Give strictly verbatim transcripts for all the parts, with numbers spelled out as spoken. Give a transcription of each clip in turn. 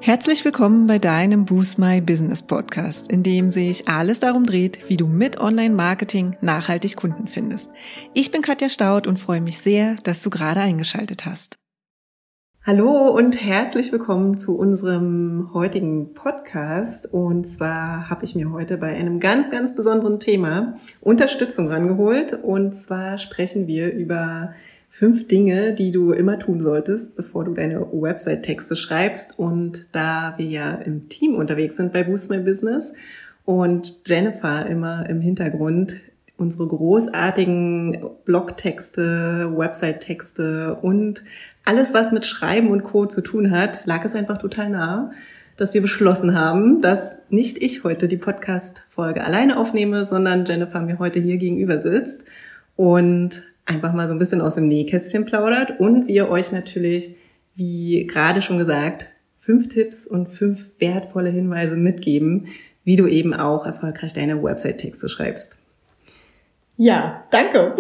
Herzlich willkommen bei deinem Boost My Business Podcast, in dem sich alles darum dreht, wie du mit Online-Marketing nachhaltig Kunden findest. Ich bin Katja Staud und freue mich sehr, dass du gerade eingeschaltet hast. Hallo und herzlich willkommen zu unserem heutigen Podcast. Und zwar habe ich mir heute bei einem ganz, ganz besonderen Thema Unterstützung rangeholt. Und zwar sprechen wir über fünf Dinge, die du immer tun solltest, bevor du deine Website-Texte schreibst. Und da wir ja im Team unterwegs sind bei Boost My Business und Jennifer immer im Hintergrund unsere großartigen Blogtexte, Website-Texte und alles, was mit Schreiben und Co. zu tun hat, lag es einfach total nah, dass wir beschlossen haben, dass nicht ich heute die Podcast-Folge alleine aufnehme, sondern Jennifer mir heute hier gegenüber sitzt und einfach mal so ein bisschen aus dem Nähkästchen plaudert und wir euch natürlich, wie gerade schon gesagt, fünf Tipps und fünf wertvolle Hinweise mitgeben, wie du eben auch erfolgreich deine Website-Texte schreibst. Ja, danke.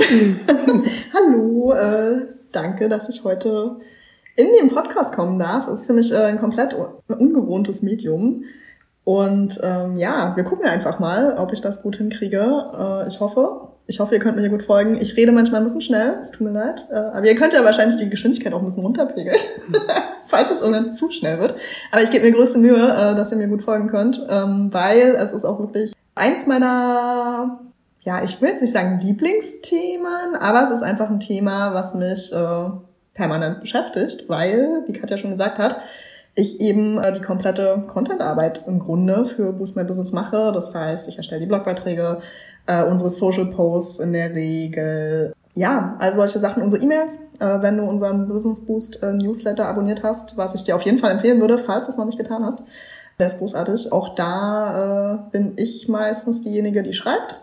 Hallo, äh, danke, dass ich heute in den Podcast kommen darf. Das ist für mich äh, ein komplett un- ungewohntes Medium. Und ähm, ja, wir gucken einfach mal, ob ich das gut hinkriege. Äh, ich hoffe. Ich hoffe, ihr könnt mir hier gut folgen. Ich rede manchmal ein bisschen schnell, es tut mir leid. Äh, aber ihr könnt ja wahrscheinlich die Geschwindigkeit auch ein bisschen runterpegeln, falls es irgendwann zu schnell wird. Aber ich gebe mir größte Mühe, äh, dass ihr mir gut folgen könnt, ähm, weil es ist auch wirklich eins meiner, ja, ich will jetzt nicht sagen Lieblingsthemen, aber es ist einfach ein Thema, was mich äh, permanent beschäftigt, weil, wie Katja schon gesagt hat, ich eben äh, die komplette Content-Arbeit im Grunde für Boost My Business mache. Das heißt, ich erstelle die Blogbeiträge, äh, unsere Social Posts in der Regel. Ja, also solche Sachen, unsere E-Mails, äh, wenn du unseren Business Boost äh, Newsletter abonniert hast, was ich dir auf jeden Fall empfehlen würde, falls du es noch nicht getan hast. Der ist großartig. Auch da äh, bin ich meistens diejenige, die schreibt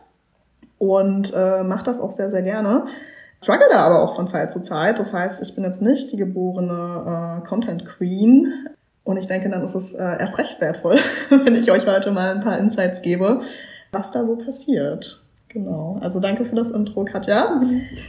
und äh, mache das auch sehr, sehr gerne. Struggle da aber auch von Zeit zu Zeit. Das heißt, ich bin jetzt nicht die geborene äh, Content Queen. Und ich denke, dann ist es äh, erst recht wertvoll, wenn ich euch heute mal ein paar Insights gebe, was da so passiert. Genau. Also danke für das Intro, Katja.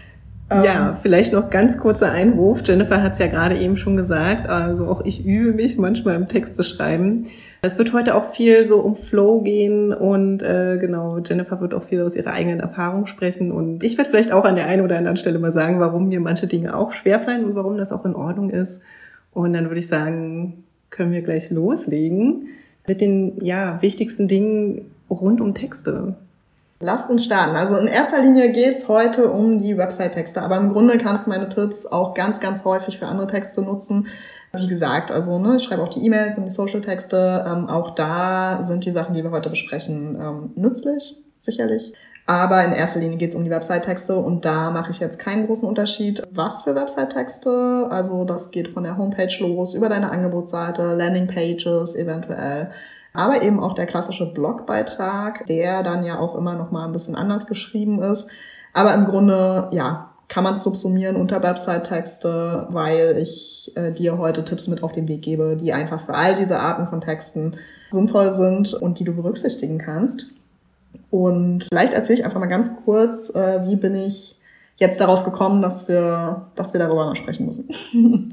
Ja, vielleicht noch ganz kurzer Einwurf. Jennifer hat es ja gerade eben schon gesagt, also auch ich übe mich manchmal im Text zu schreiben. Es wird heute auch viel so um Flow gehen und äh, genau, Jennifer wird auch viel aus ihrer eigenen Erfahrung sprechen und ich werde vielleicht auch an der einen oder anderen Stelle mal sagen, warum mir manche Dinge auch schwerfallen und warum das auch in Ordnung ist. Und dann würde ich sagen, können wir gleich loslegen mit den ja wichtigsten Dingen rund um Texte. Lasst uns starten. Also in erster Linie geht's heute um die Website-Texte, aber im Grunde kannst du meine Tipps auch ganz, ganz häufig für andere Texte nutzen. Wie gesagt, also ne, ich schreibe auch die E-Mails und die Social-Texte. Ähm, auch da sind die Sachen, die wir heute besprechen, ähm, nützlich, sicherlich. Aber in erster Linie geht's um die Website-Texte und da mache ich jetzt keinen großen Unterschied. Was für Website-Texte? Also das geht von der Homepage los, über deine Angebotsseite, Landing-Pages eventuell. Aber eben auch der klassische Blogbeitrag, der dann ja auch immer noch mal ein bisschen anders geschrieben ist. Aber im Grunde, ja, kann man es subsumieren unter Website-Texte, weil ich äh, dir heute Tipps mit auf den Weg gebe, die einfach für all diese Arten von Texten sinnvoll sind und die du berücksichtigen kannst. Und vielleicht erzähle ich einfach mal ganz kurz, äh, wie bin ich jetzt darauf gekommen, dass wir, dass wir darüber mal sprechen müssen.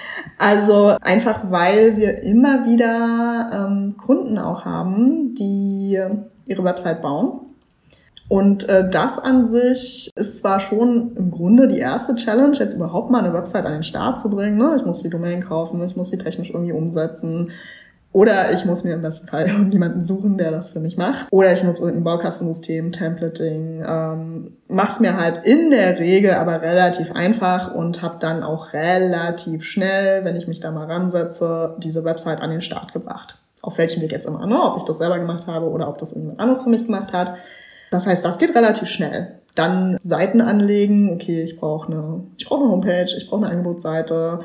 Also einfach, weil wir immer wieder ähm, Kunden auch haben, die ihre Website bauen. Und äh, das an sich ist zwar schon im Grunde die erste Challenge, jetzt überhaupt mal eine Website an den Start zu bringen. Ne? Ich muss die Domain kaufen, ich muss die technisch irgendwie umsetzen. Oder ich muss mir im besten Fall irgendjemanden suchen, der das für mich macht. Oder ich nutze irgendein Baukastensystem, Templating. Ähm, mach's mir halt in der Regel aber relativ einfach und habe dann auch relativ schnell, wenn ich mich da mal ransetze, diese Website an den Start gebracht. Auf welchem Weg jetzt immer, ne? Ob ich das selber gemacht habe oder ob das irgendjemand anderes für mich gemacht hat. Das heißt, das geht relativ schnell. Dann Seiten anlegen. Okay, ich brauche eine, ich brauche eine Homepage, ich brauche eine Angebotsseite.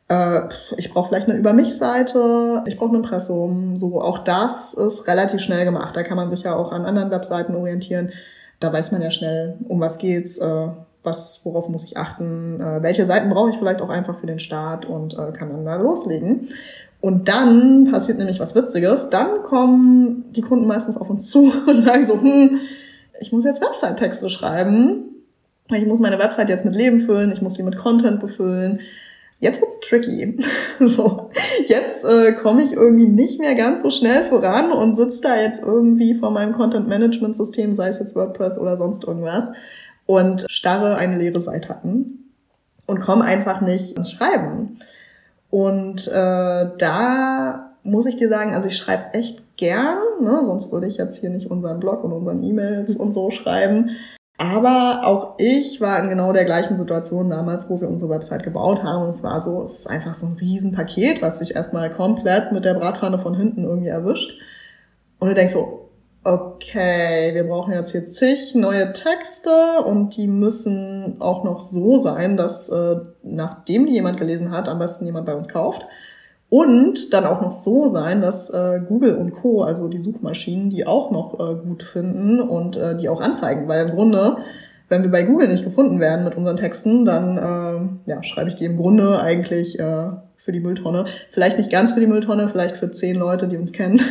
Ich brauche vielleicht eine Über-mich-Seite, ich brauche ein Impressum. So, auch das ist relativ schnell gemacht. Da kann man sich ja auch an anderen Webseiten orientieren. Da weiß man ja schnell, um was geht's, was, worauf muss ich achten, welche Seiten brauche ich vielleicht auch einfach für den Start und kann dann da loslegen. Und dann passiert nämlich was Witziges. Dann kommen die Kunden meistens auf uns zu und sagen so, hm, ich muss jetzt Website-Texte schreiben. Ich muss meine Website jetzt mit Leben füllen, ich muss sie mit Content befüllen. Jetzt wird's tricky. So, jetzt äh, komme ich irgendwie nicht mehr ganz so schnell voran und sitze da jetzt irgendwie vor meinem Content-Management-System, sei es jetzt WordPress oder sonst irgendwas, und starre eine leere Seite an und komme einfach nicht ins Schreiben. Und äh, da muss ich dir sagen, also ich schreibe echt gern, ne? Sonst würde ich jetzt hier nicht unseren Blog und unseren E-Mails und so schreiben. Aber auch ich war in genau der gleichen Situation damals, wo wir unsere Website gebaut haben. Und es war so, es ist einfach so ein Riesenpaket, was sich erstmal komplett mit der Bratpfanne von hinten irgendwie erwischt. Und du denkst so, okay, wir brauchen jetzt hier zig neue Texte und die müssen auch noch so sein, dass äh, nachdem die jemand gelesen hat, am besten jemand bei uns kauft. Und dann auch noch so sein, dass äh, Google und Co., also die Suchmaschinen, die auch noch äh, gut finden und äh, die auch anzeigen. Weil im Grunde, wenn wir bei Google nicht gefunden werden mit unseren Texten, dann äh, ja, schreibe ich die im Grunde eigentlich äh, für die Mülltonne. Vielleicht nicht ganz für die Mülltonne, vielleicht für zehn Leute, die uns kennen.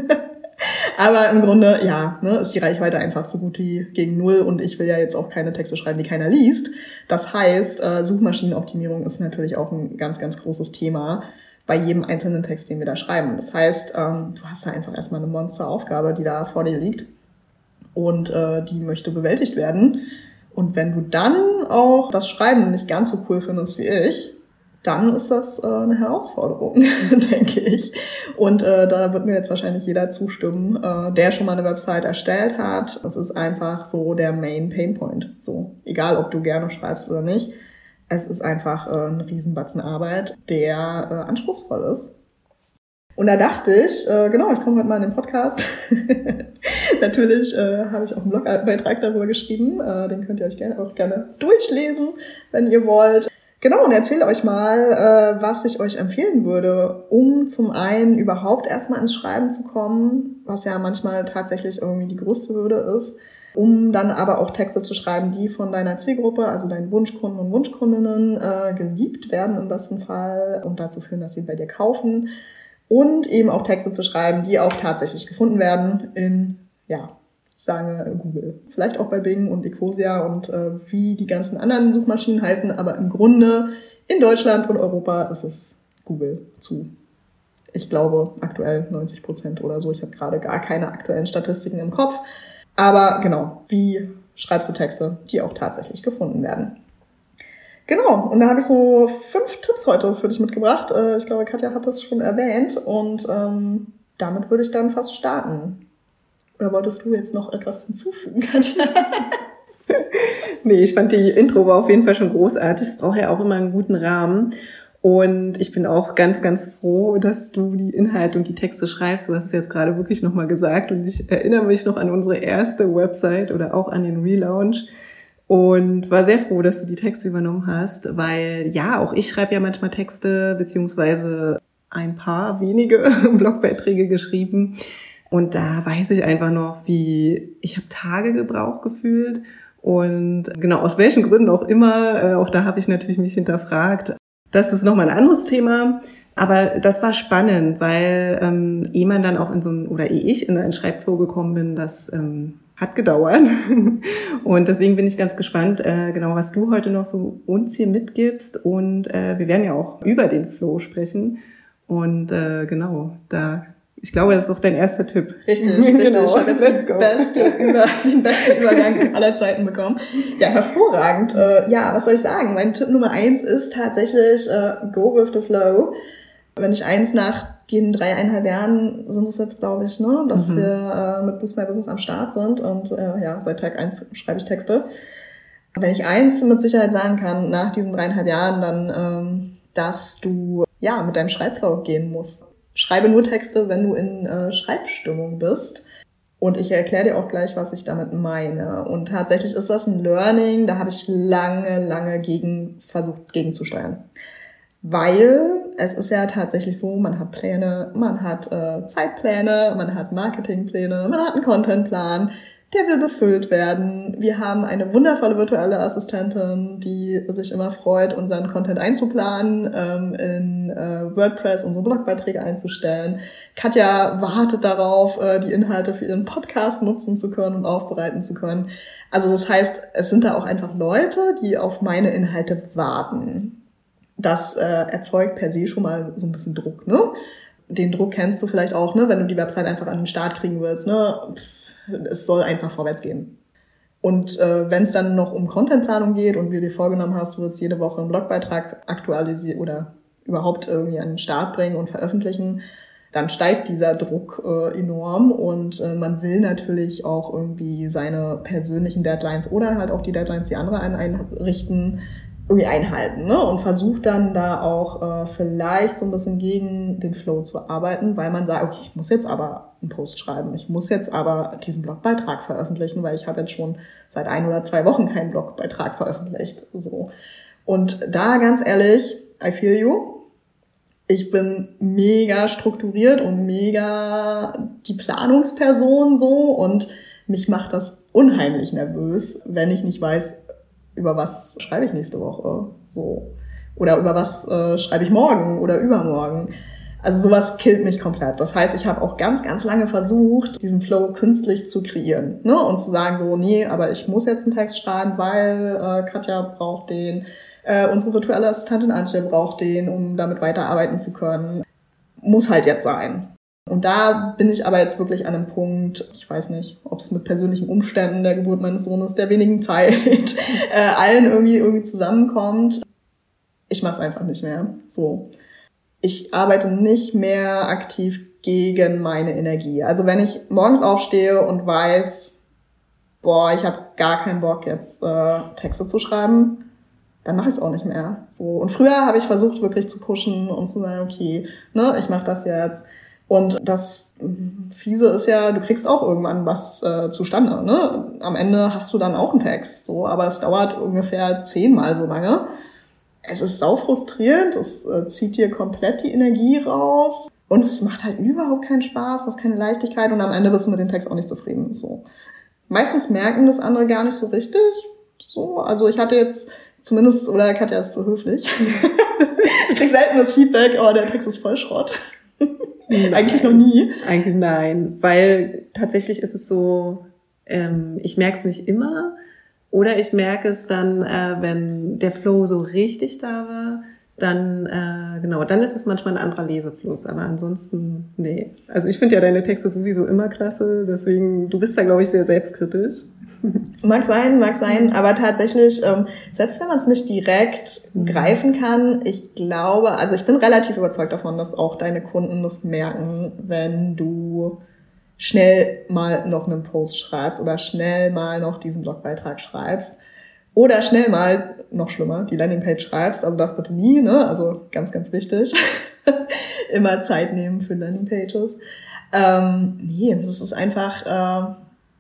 Aber im Grunde, ja, ne, ist die Reichweite einfach so gut wie gegen null. Und ich will ja jetzt auch keine Texte schreiben, die keiner liest. Das heißt, äh, Suchmaschinenoptimierung ist natürlich auch ein ganz, ganz großes Thema bei jedem einzelnen Text, den wir da schreiben. Das heißt, ähm, du hast da einfach erstmal eine Monsteraufgabe, die da vor dir liegt und äh, die möchte bewältigt werden. Und wenn du dann auch das Schreiben nicht ganz so cool findest wie ich, dann ist das äh, eine Herausforderung, denke ich. Und äh, da wird mir jetzt wahrscheinlich jeder zustimmen, äh, der schon mal eine Website erstellt hat. Das ist einfach so der Main Painpoint. So, egal ob du gerne schreibst oder nicht. Es ist einfach äh, ein Riesenbatzen Arbeit, der äh, anspruchsvoll ist. Und da dachte ich, äh, genau, ich komme heute mal in den Podcast. Natürlich äh, habe ich auch einen Blogbeitrag darüber geschrieben. Äh, den könnt ihr euch gerne, auch gerne durchlesen, wenn ihr wollt. Genau, und erzähle euch mal, äh, was ich euch empfehlen würde, um zum einen überhaupt erstmal ins Schreiben zu kommen, was ja manchmal tatsächlich irgendwie die größte Hürde ist, um dann aber auch Texte zu schreiben, die von deiner Zielgruppe, also deinen Wunschkunden und Wunschkundinnen, äh, geliebt werden im besten Fall und dazu führen, dass sie bei dir kaufen. Und eben auch Texte zu schreiben, die auch tatsächlich gefunden werden in, ja, ich sage Google. Vielleicht auch bei Bing und Ecosia und äh, wie die ganzen anderen Suchmaschinen heißen, aber im Grunde in Deutschland und Europa ist es Google zu. Ich glaube aktuell neunzig Prozent oder so. Ich habe gerade gar keine aktuellen Statistiken im Kopf. Aber genau, wie schreibst du Texte, die auch tatsächlich gefunden werden? Genau, und da habe ich so fünf Tipps heute für dich mitgebracht. Ich glaube, Katja hat das schon erwähnt und ähm, damit würde ich dann fast starten. Oder wolltest du jetzt noch etwas hinzufügen, Katja? Nee, ich fand die Intro war auf jeden Fall schon großartig. Es braucht ja auch immer einen guten Rahmen. Und ich bin auch ganz, ganz froh, dass du die Inhalte und die Texte schreibst. Du hast es jetzt gerade wirklich nochmal gesagt. Und ich erinnere mich noch an unsere erste Website oder auch an den Relaunch. Und war sehr froh, dass du die Texte übernommen hast. Weil ja, auch ich schreibe ja manchmal Texte, beziehungsweise ein paar wenige Blogbeiträge geschrieben. Und da weiß ich einfach noch, wie ich habe Tage gebraucht gefühlt. Und genau, aus welchen Gründen auch immer, auch da habe ich natürlich mich hinterfragt. Das ist nochmal ein anderes Thema, aber das war spannend, weil ähm, ehe man dann auch in so ein, oder ehe ich in einen Schreibflow gekommen bin, das ähm, hat gedauert. Und deswegen bin ich ganz gespannt, äh, genau, was du heute noch so uns hier mitgibst. Und äh, wir werden ja auch über den Flow sprechen. Und äh, genau, da ich glaube, das ist auch dein erster Tipp. Richtig, richtig. Genau. Ich habe jetzt den, beste, über, den besten Übergang aller Zeiten bekommen. Ja, hervorragend. Äh, ja, was soll ich sagen? Mein Tipp Nummer eins ist tatsächlich äh, go with the flow. Wenn ich eins nach den dreieinhalb Jahren sind es jetzt, glaube ich, ne, dass mhm. wir äh, mit Boost My Business am Start sind und äh, ja, seit Tag eins schreibe ich Texte. Wenn ich eins mit Sicherheit sagen kann, nach diesen dreieinhalb Jahren, dann, ähm, dass du ja mit deinem Schreibflow gehen musst. Schreibe nur Texte, wenn du in äh, Schreibstimmung bist. Und ich erkläre dir auch gleich, was ich damit meine. Und tatsächlich ist das ein Learning, da habe ich lange, lange gegen versucht, gegenzusteuern. Weil es ist ja tatsächlich so, man hat Pläne, man hat äh, Zeitpläne, man hat Marketingpläne, man hat einen Contentplan, der will befüllt werden. Wir haben eine wundervolle virtuelle Assistentin, die sich immer freut, unseren Content einzuplanen, ähm, in äh, WordPress unsere Blogbeiträge einzustellen. Katja wartet darauf, äh, die Inhalte für ihren Podcast nutzen zu können und aufbereiten zu können. Also das heißt, es sind da auch einfach Leute, die auf meine Inhalte warten. das äh, erzeugt per se schon mal so ein bisschen Druck, ne? Den Druck kennst du vielleicht auch, ne? Wenn du die Website einfach an den Start kriegen willst, ne? Es soll einfach vorwärts gehen. Und äh, wenn es dann noch um Contentplanung geht und wie du dir vorgenommen hast, du willst jede Woche einen Blogbeitrag aktualisieren oder überhaupt irgendwie an den Start bringen und veröffentlichen, dann steigt dieser Druck äh, enorm und äh, man will natürlich auch irgendwie seine persönlichen Deadlines oder halt auch die Deadlines, die andere einen einrichten, irgendwie einhalten, ne? Und versucht dann da auch äh, vielleicht so ein bisschen gegen den Flow zu arbeiten, weil man sagt, okay, ich muss jetzt aber einen Post schreiben, ich muss jetzt aber diesen Blogbeitrag veröffentlichen, weil ich habe jetzt schon seit ein oder zwei Wochen keinen Blogbeitrag veröffentlicht. So. Und da ganz ehrlich, I feel you. Ich bin mega strukturiert und mega die Planungsperson so und mich macht das unheimlich nervös, wenn ich nicht weiß, über was schreibe ich nächste Woche, so. Oder über was äh, schreibe ich morgen oder übermorgen. Also sowas killt mich komplett. Das heißt, ich habe auch ganz, ganz lange versucht, diesen Flow künstlich zu kreieren, ne? Und zu sagen so, nee, aber ich muss jetzt einen Text schreiben, weil äh, Katja braucht den, äh, unsere virtuelle Assistentin Antje braucht den, um damit weiterarbeiten zu können. Muss halt jetzt sein. Und da bin ich aber jetzt wirklich an einem Punkt, ich weiß nicht, ob es mit persönlichen Umständen der Geburt meines Sohnes, der wenigen Zeit, äh, allen irgendwie irgendwie zusammenkommt. Ich mache es einfach nicht mehr. So, ich arbeite nicht mehr aktiv gegen meine Energie. Also wenn ich morgens aufstehe und weiß, boah, ich habe gar keinen Bock jetzt äh, Texte zu schreiben, dann mache ich es auch nicht mehr. So, und früher habe ich versucht wirklich zu pushen und zu sagen, okay, ne, ich mache das jetzt. Und das Fiese ist ja, du kriegst auch irgendwann was äh, zustande, ne? Am Ende hast du dann auch einen Text, so, aber es dauert ungefähr zehnmal so lange. Es ist sau frustrierend, es äh, zieht dir komplett die Energie raus und es macht halt überhaupt keinen Spaß, du hast keine Leichtigkeit und am Ende bist du mit dem Text auch nicht zufrieden, so. Meistens merken das andere gar nicht so richtig, so. Also ich hatte jetzt zumindest, oder Katja ist so höflich, ich krieg selten das Feedback, oh, der Text ist voll Schrott. Nein, eigentlich noch nie. Eigentlich nein, weil tatsächlich ist es so, ähm, ich merke es nicht immer oder ich merke es dann, äh, wenn der Flow so richtig da war, dann, äh, genau, dann ist es manchmal ein anderer Lesefluss, aber ansonsten, nee. Also ich finde ja deine Texte sowieso immer klasse, deswegen, du bist da, glaube ich, sehr selbstkritisch. Mag sein, mag sein, aber tatsächlich, ähm, selbst wenn man es nicht direkt mhm. greifen kann, ich glaube, also ich bin relativ überzeugt davon, dass auch deine Kunden das merken, wenn du schnell mal noch einen Post schreibst oder schnell mal noch diesen Blogbeitrag schreibst oder schnell mal, noch schlimmer, die Landingpage schreibst, also das bitte nie, ne, also ganz, ganz wichtig, immer Zeit nehmen für Landingpages. Ähm, nee, das ist einfach, äh,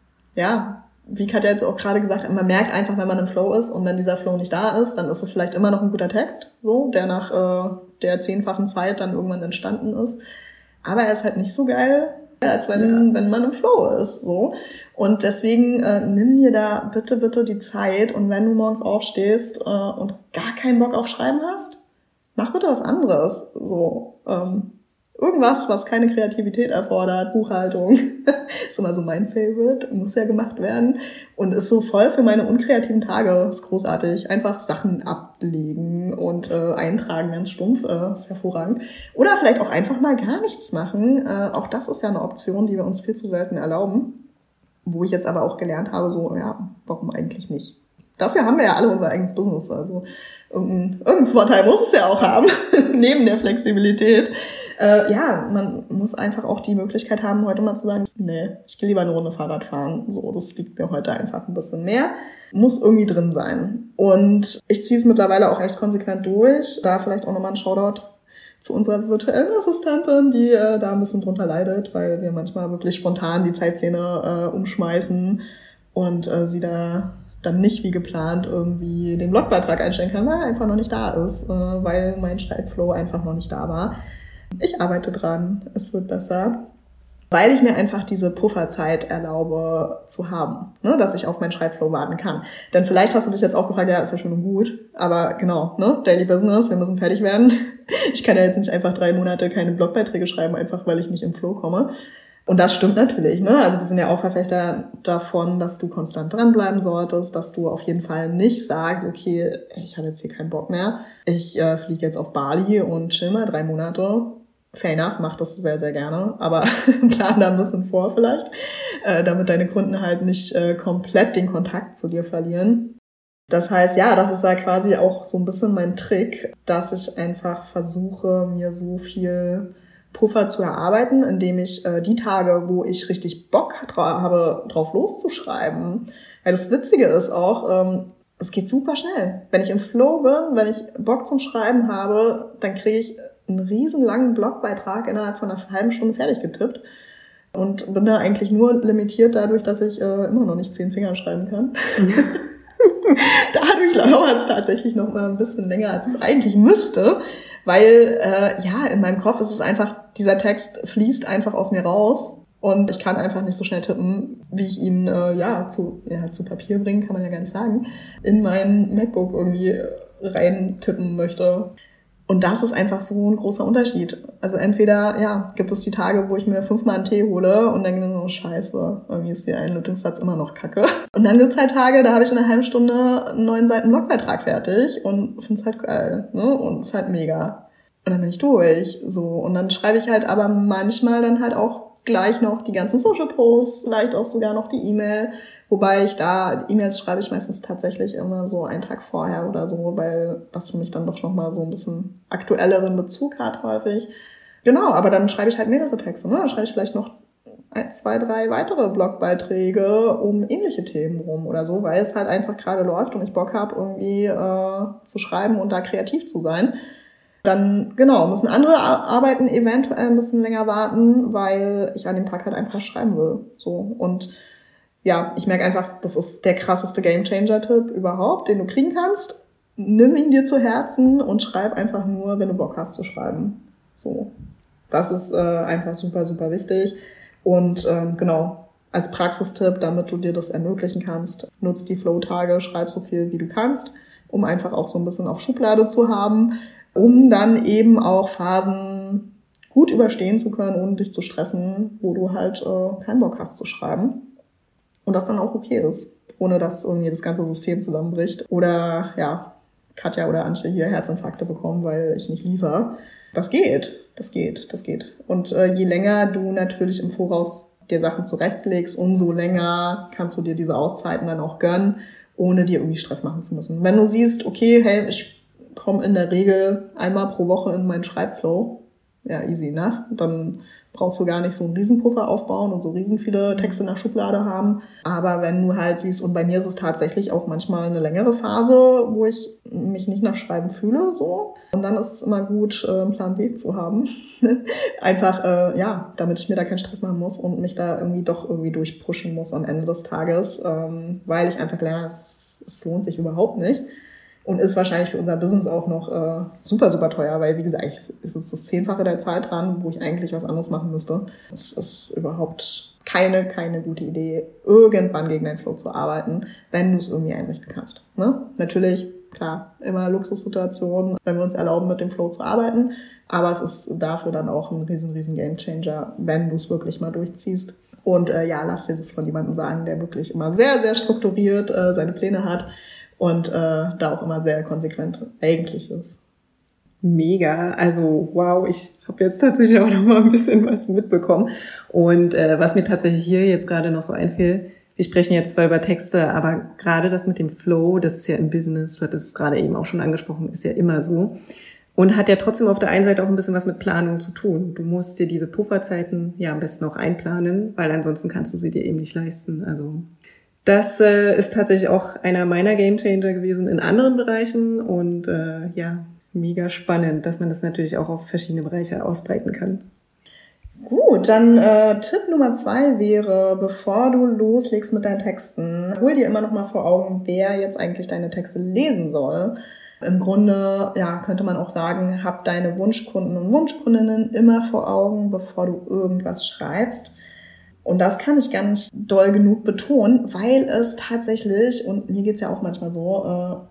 ja, wie Katja jetzt auch gerade gesagt hat, man merkt einfach, wenn man im Flow ist und wenn dieser Flow nicht da ist, dann ist es vielleicht immer noch ein guter Text, so, der nach äh, der zehnfachen Zeit dann irgendwann entstanden ist. Aber er ist halt nicht so geil, als wenn, ja. wenn man im Flow ist, so. Und deswegen äh, nimm dir da bitte, bitte die Zeit und wenn du morgens aufstehst äh, und gar keinen Bock auf Schreiben hast, mach bitte was anderes, so, ähm, irgendwas, was keine Kreativität erfordert, Buchhaltung, ist immer so mein Favorite, muss ja gemacht werden und ist so voll für meine unkreativen Tage, ist großartig, einfach Sachen ablegen und äh, eintragen, ganz stumpf, äh, ist hervorragend. Oder vielleicht auch einfach mal gar nichts machen, äh, auch das ist ja eine Option, die wir uns viel zu selten erlauben, wo ich jetzt aber auch gelernt habe, so, ja, warum eigentlich nicht? Dafür haben wir ja alle unser eigenes Business, also irgendeinen irgendein Vorteil muss es ja auch haben, neben der Flexibilität. Äh, ja, man muss einfach auch die Möglichkeit haben, heute mal zu sagen, nee, ich gehe lieber eine Runde Fahrrad fahren. So, das liegt mir heute einfach ein bisschen mehr. Muss irgendwie drin sein. Und ich ziehe es mittlerweile auch echt konsequent durch. Da vielleicht auch nochmal ein Shoutout zu unserer virtuellen Assistentin, die äh, da ein bisschen drunter leidet, weil wir manchmal wirklich spontan die Zeitpläne äh, umschmeißen und äh, sie da dann nicht wie geplant irgendwie den Blogbeitrag einstellen kann, weil er einfach noch nicht da ist, äh, weil mein Schreibflow einfach noch nicht da war. Ich arbeite dran, es wird besser, weil ich mir einfach diese Pufferzeit erlaube zu haben, ne, dass ich auf meinen Schreibflow warten kann. Denn vielleicht hast du dich jetzt auch gefragt, ja, ist ja schön und gut, aber genau, ne, Daily Business, wir müssen fertig werden. Ich kann ja jetzt nicht einfach drei Monate keine Blogbeiträge schreiben, einfach weil ich nicht im Flow komme. Und das stimmt natürlich, ne? Also wir sind ja auch Verfechter davon, dass du konstant dranbleiben solltest, dass du auf jeden Fall nicht sagst, okay, ich habe jetzt hier keinen Bock mehr, ich äh, fliege jetzt auf Bali und chill mal drei Monate. Fair enough, mach das sehr, sehr gerne, aber plan da ein bisschen vor vielleicht, äh, damit deine Kunden halt nicht äh, komplett den Kontakt zu dir verlieren. Das heißt, ja, das ist ja quasi auch so ein bisschen mein Trick, dass ich einfach versuche, mir so viel Puffer zu erarbeiten, indem ich äh, die Tage, wo ich richtig Bock dra- habe, drauf loszuschreiben. Weil das Witzige ist auch, ähm, es geht super schnell. Wenn ich im Flow bin, wenn ich Bock zum Schreiben habe, dann kriege ich einen riesen langen Blogbeitrag innerhalb von einer halben Stunde fertig getippt und bin da eigentlich nur limitiert dadurch, dass ich äh, immer noch nicht zehn Fingern schreiben kann. Dadurch dauert es tatsächlich noch mal ein bisschen länger, als es eigentlich müsste, weil äh, ja, in meinem Kopf ist es einfach, dieser Text fließt einfach aus mir raus und ich kann einfach nicht so schnell tippen, wie ich ihn äh, ja zu ja zu Papier bringen, kann man ja gar nicht sagen, in mein MacBook irgendwie rein tippen möchte. Und das ist einfach so ein großer Unterschied. Also entweder, ja, gibt es die Tage, wo ich mir fünfmal einen Tee hole und denke mir so, scheiße, irgendwie ist der Einleitungssatz immer noch kacke. Und dann gibt es halt Tage, da habe ich in einer halben Stunde einen neun Seiten Blogbeitrag fertig und finde es halt geil, ne? Und es ist halt mega. Und dann bin ich durch, so. Und dann schreibe ich halt aber manchmal dann halt auch gleich noch die ganzen Social Posts, vielleicht auch sogar noch die E-Mail. Wobei ich da, E-Mails schreibe ich meistens tatsächlich immer so einen Tag vorher oder so, weil das für mich dann doch noch mal so ein bisschen aktuelleren Bezug hat häufig. Genau, aber dann schreibe ich halt mehrere Texte, ne? Dann schreibe ich vielleicht noch ein, zwei, drei weitere Blogbeiträge um ähnliche Themen rum oder so, weil es halt einfach gerade läuft und ich Bock habe, irgendwie äh, zu schreiben und da kreativ zu sein. Dann, genau, müssen andere Arbeiten eventuell ein bisschen länger warten, weil ich an dem Tag halt einfach schreiben will. So. Und ja, ich merke einfach, das ist der krasseste Gamechanger-Tipp überhaupt, den du kriegen kannst. Nimm ihn dir zu Herzen und schreib einfach nur, wenn du Bock hast zu schreiben. So. Das ist äh, einfach super, super wichtig. Und ähm, genau, als Praxistipp, damit du dir das ermöglichen kannst, nutz die Flow-Tage, schreib so viel, wie du kannst, um einfach auch so ein bisschen auf Schublade zu haben, um dann eben auch Phasen gut überstehen zu können, ohne dich zu stressen, wo du halt äh, keinen Bock hast zu schreiben. Und das dann auch okay ist, ohne dass irgendwie das ganze System zusammenbricht. Oder ja, Katja oder Antje hier Herzinfarkte bekommen, weil ich nicht liefere. Das geht, das geht, das geht. Und äh, je länger du natürlich im Voraus dir Sachen zurechtlegst, umso länger kannst du dir diese Auszeiten dann auch gönnen, ohne dir irgendwie Stress machen zu müssen. Wenn du siehst, okay, hey, ich komme in der Regel einmal pro Woche in meinen Schreibflow, ja, easy enough, dann brauchst du gar nicht so einen Riesenpuffer aufbauen und so riesen viele Texte in der Schublade haben. Aber wenn du halt siehst, und bei mir ist es tatsächlich auch manchmal eine längere Phase, wo ich mich nicht nach Schreiben fühle, so. Und dann ist es immer gut, einen Plan B zu haben. Einfach, äh, ja, damit ich mir da keinen Stress machen muss und mich da irgendwie doch irgendwie durchpushen muss am Ende des Tages, ähm, weil ich einfach lerne, es, es lohnt sich überhaupt nicht. Und ist wahrscheinlich für unser Business auch noch äh, super, super teuer, weil, wie gesagt, ist es das Zehnfache der Zeit dran, wo ich eigentlich was anderes machen müsste. Es ist überhaupt keine, keine gute Idee, irgendwann gegen deinen Flow zu arbeiten, wenn du es irgendwie einrichten kannst. Ne? Natürlich, klar, immer Luxussituationen, wenn wir uns erlauben, mit dem Flow zu arbeiten. Aber es ist dafür dann auch ein riesen, riesen Gamechanger, wenn du es wirklich mal durchziehst. Und äh, ja, lass dir das von jemandem sagen, der wirklich immer sehr, sehr strukturiert äh, seine Pläne hat. Und äh, da auch immer sehr konsequent eigentlich ist. Mega, also wow, ich habe jetzt tatsächlich auch noch mal ein bisschen was mitbekommen. Und äh, was mir tatsächlich hier jetzt gerade noch so einfiel, wir sprechen jetzt zwar über Texte, aber gerade das mit dem Flow, das ist ja im Business, du hattest es gerade eben auch schon angesprochen, ist ja immer so. Und hat ja trotzdem auf der einen Seite auch ein bisschen was mit Planung zu tun. Du musst dir diese Pufferzeiten ja am besten auch einplanen, weil ansonsten kannst du sie dir eben nicht leisten. Also das äh, ist tatsächlich auch einer meiner Gamechanger gewesen in anderen Bereichen und äh, ja, mega spannend, dass man das natürlich auch auf verschiedene Bereiche ausbreiten kann. Gut, dann äh, Tipp Nummer zwei wäre, bevor du loslegst mit deinen Texten, hol dir immer noch mal vor Augen, wer jetzt eigentlich deine Texte lesen soll. Im Grunde, ja, könnte man auch sagen, hab deine Wunschkunden und Wunschkundinnen immer vor Augen, bevor du irgendwas schreibst. Und das kann ich gar nicht doll genug betonen, weil es tatsächlich, und mir geht's ja auch manchmal so,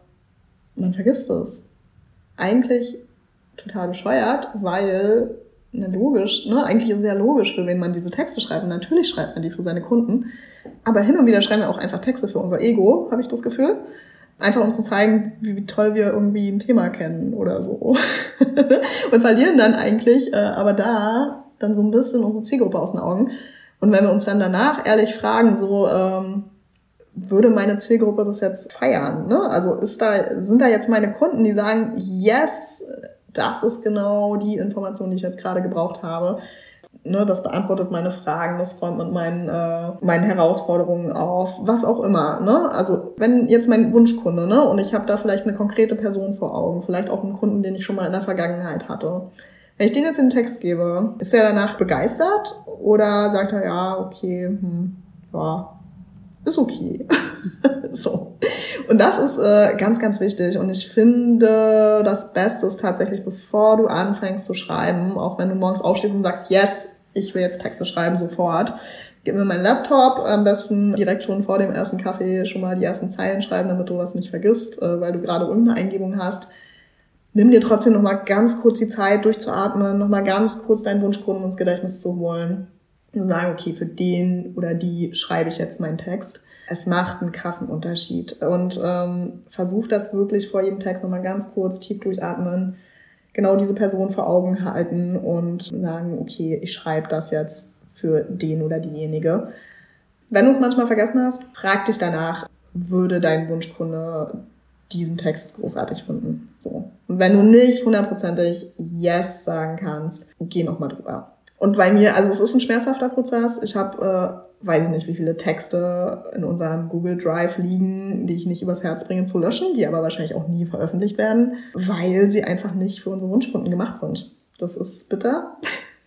äh, man vergisst es. Eigentlich total bescheuert, weil na logisch, ne? Eigentlich ist es ja logisch, für wen man diese Texte schreibt. Und natürlich schreibt man die für seine Kunden. Aber hin und wieder schreiben wir auch einfach Texte für unser Ego, habe ich das Gefühl. Einfach um zu zeigen, wie toll wir irgendwie ein Thema kennen oder so. Und verlieren dann eigentlich, äh, aber da dann so ein bisschen unsere Zielgruppe aus den Augen. Und wenn wir uns dann danach ehrlich fragen, so, ähm, würde meine Zielgruppe das jetzt feiern, ne? Also ist da, sind da jetzt meine Kunden, die sagen, yes, das ist genau die Information, die ich jetzt gerade gebraucht habe. Ne, das beantwortet meine Fragen, das räumt mit meinen, äh, meinen Herausforderungen auf, was auch immer. Ne? Also wenn jetzt mein Wunschkunde, ne, und ich habe da vielleicht eine konkrete Person vor Augen, vielleicht auch einen Kunden, den ich schon mal in der Vergangenheit hatte. Wenn ich den jetzt in den Text gebe, ist er danach begeistert oder sagt er, ja, okay, hm, ja, ist okay. So. Und das ist äh, ganz, ganz wichtig. Und ich finde, das Beste ist tatsächlich, bevor du anfängst zu schreiben, auch wenn du morgens aufstehst und sagst, yes, ich will jetzt Texte schreiben, sofort, gib mir meinen Laptop, am besten direkt schon vor dem ersten Kaffee schon mal die ersten Zeilen schreiben, damit du was nicht vergisst, äh, weil du gerade irgendeine Eingebung hast. Nimm dir trotzdem nochmal ganz kurz die Zeit, durchzuatmen, nochmal ganz kurz deinen Wunschkunden ins Gedächtnis zu holen. Und sagen, okay, für den oder die schreibe ich jetzt meinen Text. Es macht einen krassen Unterschied. Und ähm, versuch das wirklich vor jedem Text nochmal ganz kurz tief durchatmen, genau diese Person vor Augen halten und sagen, okay, ich schreibe das jetzt für den oder diejenige. Wenn du es manchmal vergessen hast, frag dich danach, würde dein Wunschkunde diesen Text großartig finden. So. Und wenn du nicht hundertprozentig Yes sagen kannst, geh nochmal drüber. Und bei mir, also es ist ein schmerzhafter Prozess. Ich habe, äh, weiß ich nicht, wie viele Texte in unserem Google Drive liegen, die ich nicht übers Herz bringe zu löschen, die aber wahrscheinlich auch nie veröffentlicht werden, weil sie einfach nicht für unsere Wunschkunden gemacht sind. Das ist bitter,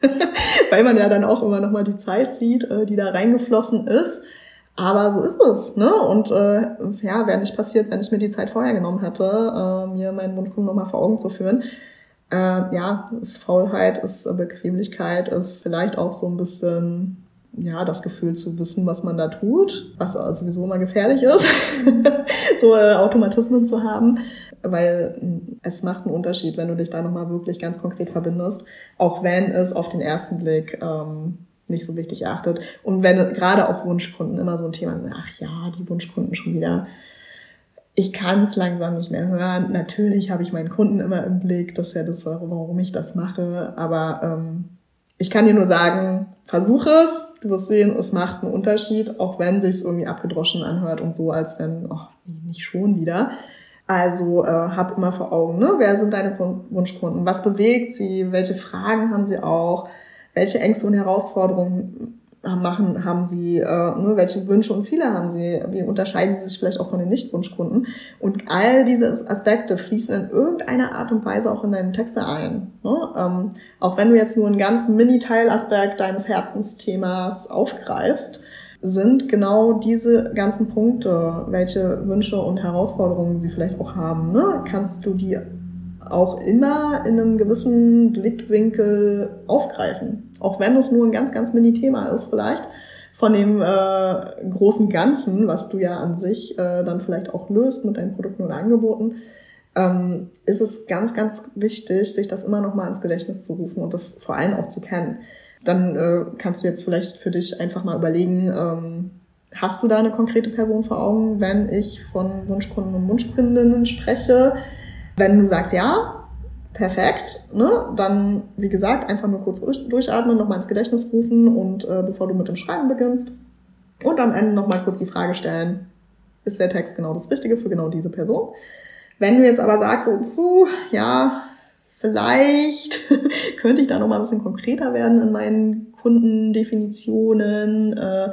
weil man ja dann auch immer nochmal die Zeit sieht, äh, die da reingeflossen ist. Aber so ist es, ne? Und äh, ja, wäre nicht passiert, wenn ich mir die Zeit vorher genommen hätte, äh, mir meinen Wunschkunden nochmal vor Augen zu führen. Äh, ja, ist Faulheit, ist Bequemlichkeit, ist vielleicht auch so ein bisschen, ja, das Gefühl zu wissen, was man da tut, was sowieso immer gefährlich ist, so äh, Automatismen zu haben, weil es macht einen Unterschied, wenn du dich da nochmal wirklich ganz konkret verbindest, auch wenn es auf den ersten Blick ähm, nicht so wichtig erachtet. Und wenn gerade auch Wunschkunden immer so ein Thema sind, ach ja, die Wunschkunden schon wieder, ich kann es langsam nicht mehr hören. Natürlich habe ich meinen Kunden immer im Blick, das ist ja das, warum ich das mache. Aber ähm, ich kann dir nur sagen, versuch es. Du wirst sehen, es macht einen Unterschied, auch wenn es sich irgendwie abgedroschen anhört und so, als wenn, oh, nicht schon wieder. Also äh, hab immer vor Augen, ne? Wer sind deine Wunschkunden? Was bewegt sie? Welche Fragen haben sie auch? Welche Ängste und Herausforderungen machen, haben sie, äh, ne, welche Wünsche und Ziele haben sie, wie unterscheiden sie sich vielleicht auch von den Nicht-Wunschkunden. Und all diese Aspekte fließen in irgendeiner Art und Weise auch in deine Texte ein. Ne? Ähm, auch wenn du jetzt nur einen ganz Mini-Teilaspekt deines Herzensthemas aufgreifst, sind genau diese ganzen Punkte, welche Wünsche und Herausforderungen sie vielleicht auch haben, ne, kannst du die auch immer in einem gewissen Blickwinkel aufgreifen. Auch wenn es nur ein ganz, ganz Mini-Thema ist vielleicht von dem äh, großen Ganzen, was du ja an sich äh, dann vielleicht auch löst mit deinen Produkten oder Angeboten, ähm, ist es ganz, ganz wichtig, sich das immer noch mal ins Gedächtnis zu rufen und das vor allem auch zu kennen. Dann äh, kannst du jetzt vielleicht für dich einfach mal überlegen, ähm, hast du da eine konkrete Person vor Augen, wenn ich von Wunschkunden und Wunschkundinnen spreche? Wenn du sagst, ja, perfekt, ne, dann, wie gesagt, einfach nur kurz durchatmen, nochmal ins Gedächtnis rufen und äh, bevor du mit dem Schreiben beginnst und am Ende nochmal kurz die Frage stellen, ist der Text genau das Richtige für genau diese Person? Wenn du jetzt aber sagst, so, puh, ja, vielleicht könnte ich da nochmal ein bisschen konkreter werden in meinen Kundendefinitionen, äh,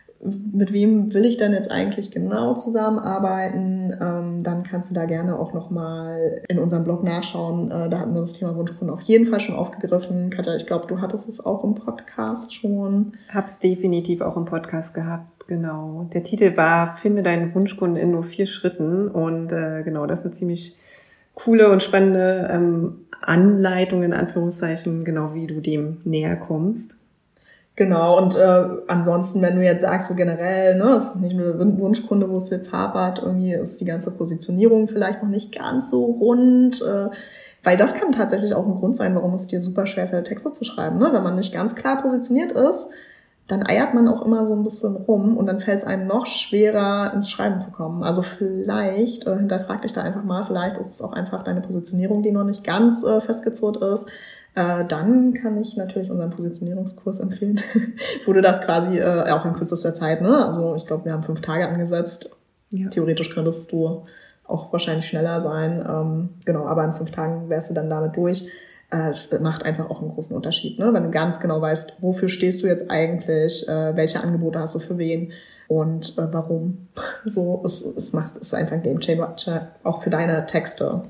mit wem will ich denn jetzt eigentlich genau zusammenarbeiten, ähm, dann kannst du da gerne auch nochmal in unserem Blog nachschauen. Äh, da hatten wir das Thema Wunschkunden auf jeden Fall schon aufgegriffen. Katja, ich glaube, du hattest es auch im Podcast schon. Hab's definitiv auch im Podcast gehabt, genau. Der Titel war Finde deinen Wunschkunden in nur vier Schritten und äh, genau, das ist eine ziemlich coole und spannende ähm, Anleitung in Anführungszeichen, genau wie du dem näher kommst. Genau, und äh, ansonsten, wenn du jetzt sagst, so generell, ne, es ist nicht nur der Wunschkunde, wo es jetzt hapert, irgendwie ist die ganze Positionierung vielleicht noch nicht ganz so rund, äh, Weil das kann tatsächlich auch ein Grund sein, warum es dir super schwer fällt, Texte zu schreiben. Ne? Wenn man nicht ganz klar positioniert ist, dann eiert man auch immer so ein bisschen rum und dann fällt es einem noch schwerer, ins Schreiben zu kommen. Also vielleicht, äh, hinterfrag dich da einfach mal, vielleicht ist es auch einfach deine Positionierung, die noch nicht ganz äh, festgezurrt ist. Äh, dann kann ich natürlich unseren Positionierungskurs empfehlen, wo du das quasi äh, auch in kürzester Zeit, ne? Also ich glaube, wir haben fünf Tage angesetzt. Ja. Theoretisch könntest du auch wahrscheinlich schneller sein. Ähm, genau, aber in fünf Tagen wärst du dann damit durch. Es macht einfach auch einen großen Unterschied, ne? Wenn du ganz genau weißt, wofür stehst du jetzt eigentlich, äh, welche Angebote hast du für wen und äh, warum. So, es, es macht, es ist einfach ein Gamechanger auch für deine Texte.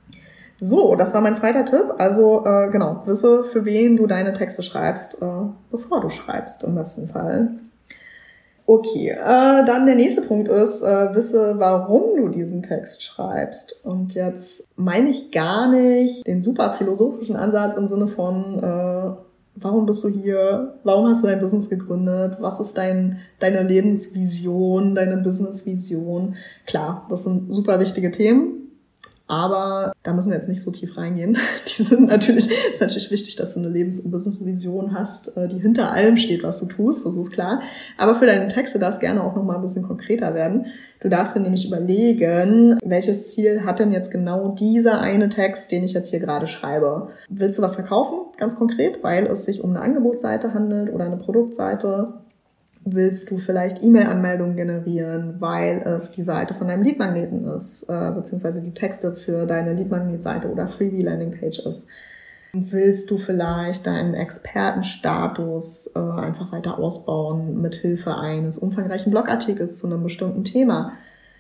So, das war mein zweiter Tipp. Also äh, genau, wisse, für wen du deine Texte schreibst, äh, bevor du schreibst im besten Fall. Okay, äh, dann der nächste Punkt ist, äh, wisse, warum du diesen Text schreibst. Und jetzt meine ich gar nicht den super philosophischen Ansatz im Sinne von, äh, warum bist du hier, warum hast du dein Business gegründet, was ist dein deine Lebensvision, deine Businessvision. Klar, das sind super wichtige Themen. Aber da müssen wir jetzt nicht so tief reingehen. Die sind natürlich, ist natürlich wichtig, dass du eine Lebens- und Businessvision hast, die hinter allem steht, was du tust, das ist klar. Aber für deine Texte darf es gerne auch nochmal ein bisschen konkreter werden. Du darfst dir nämlich überlegen, welches Ziel hat denn jetzt genau dieser eine Text, den ich jetzt hier gerade schreibe. Willst du was verkaufen, ganz konkret, weil es sich um eine Angebotsseite handelt oder eine Produktseite? Willst du vielleicht E-Mail-Anmeldungen generieren, weil es die Seite von deinem Leadmagneten ist, äh, beziehungsweise die Texte für deine Leadmagnet-Seite oder Freebie-Landing-Page ist? Willst du vielleicht deinen Expertenstatus äh, einfach weiter ausbauen mit Hilfe eines umfangreichen Blogartikels zu einem bestimmten Thema?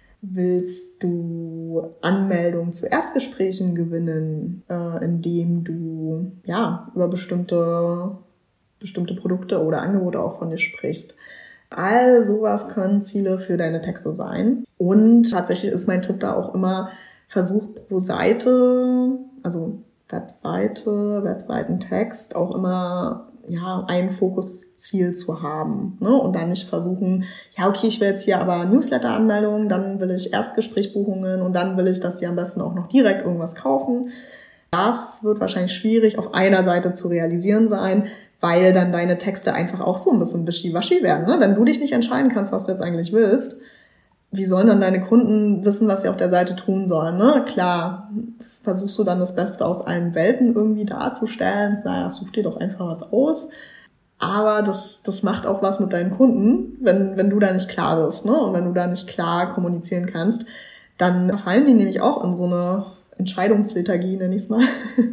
Willst du Anmeldungen zu Erstgesprächen gewinnen, äh, indem du ja über bestimmte bestimmte Produkte oder Angebote auch von dir sprichst? All sowas können Ziele für deine Texte sein. Und tatsächlich ist mein Tipp da auch immer, versuch pro Seite, also Webseite, Webseitentext, auch immer ja ein Fokusziel zu haben, ne? Und dann nicht versuchen, ja okay, ich will jetzt hier aber Newsletter-Anmeldungen, dann will ich Erstgesprächbuchungen und dann will ich, dass sie am besten auch noch direkt irgendwas kaufen. Das wird wahrscheinlich schwierig auf einer Seite zu realisieren sein, weil dann deine Texte einfach auch so ein bisschen wischiwaschi werden. Ne? Wenn du dich nicht entscheiden kannst, was du jetzt eigentlich willst, wie sollen dann deine Kunden wissen, was sie auf der Seite tun sollen? Ne? Klar, versuchst du dann das Beste aus allen Welten irgendwie darzustellen. Naja, such dir doch einfach was aus. Aber das, das macht auch was mit deinen Kunden, wenn, wenn du da nicht klar bist, ne? Und wenn du da nicht klar kommunizieren kannst, dann fallen die nämlich auch in so eine Entscheidungslethargie, nenne ich es mal.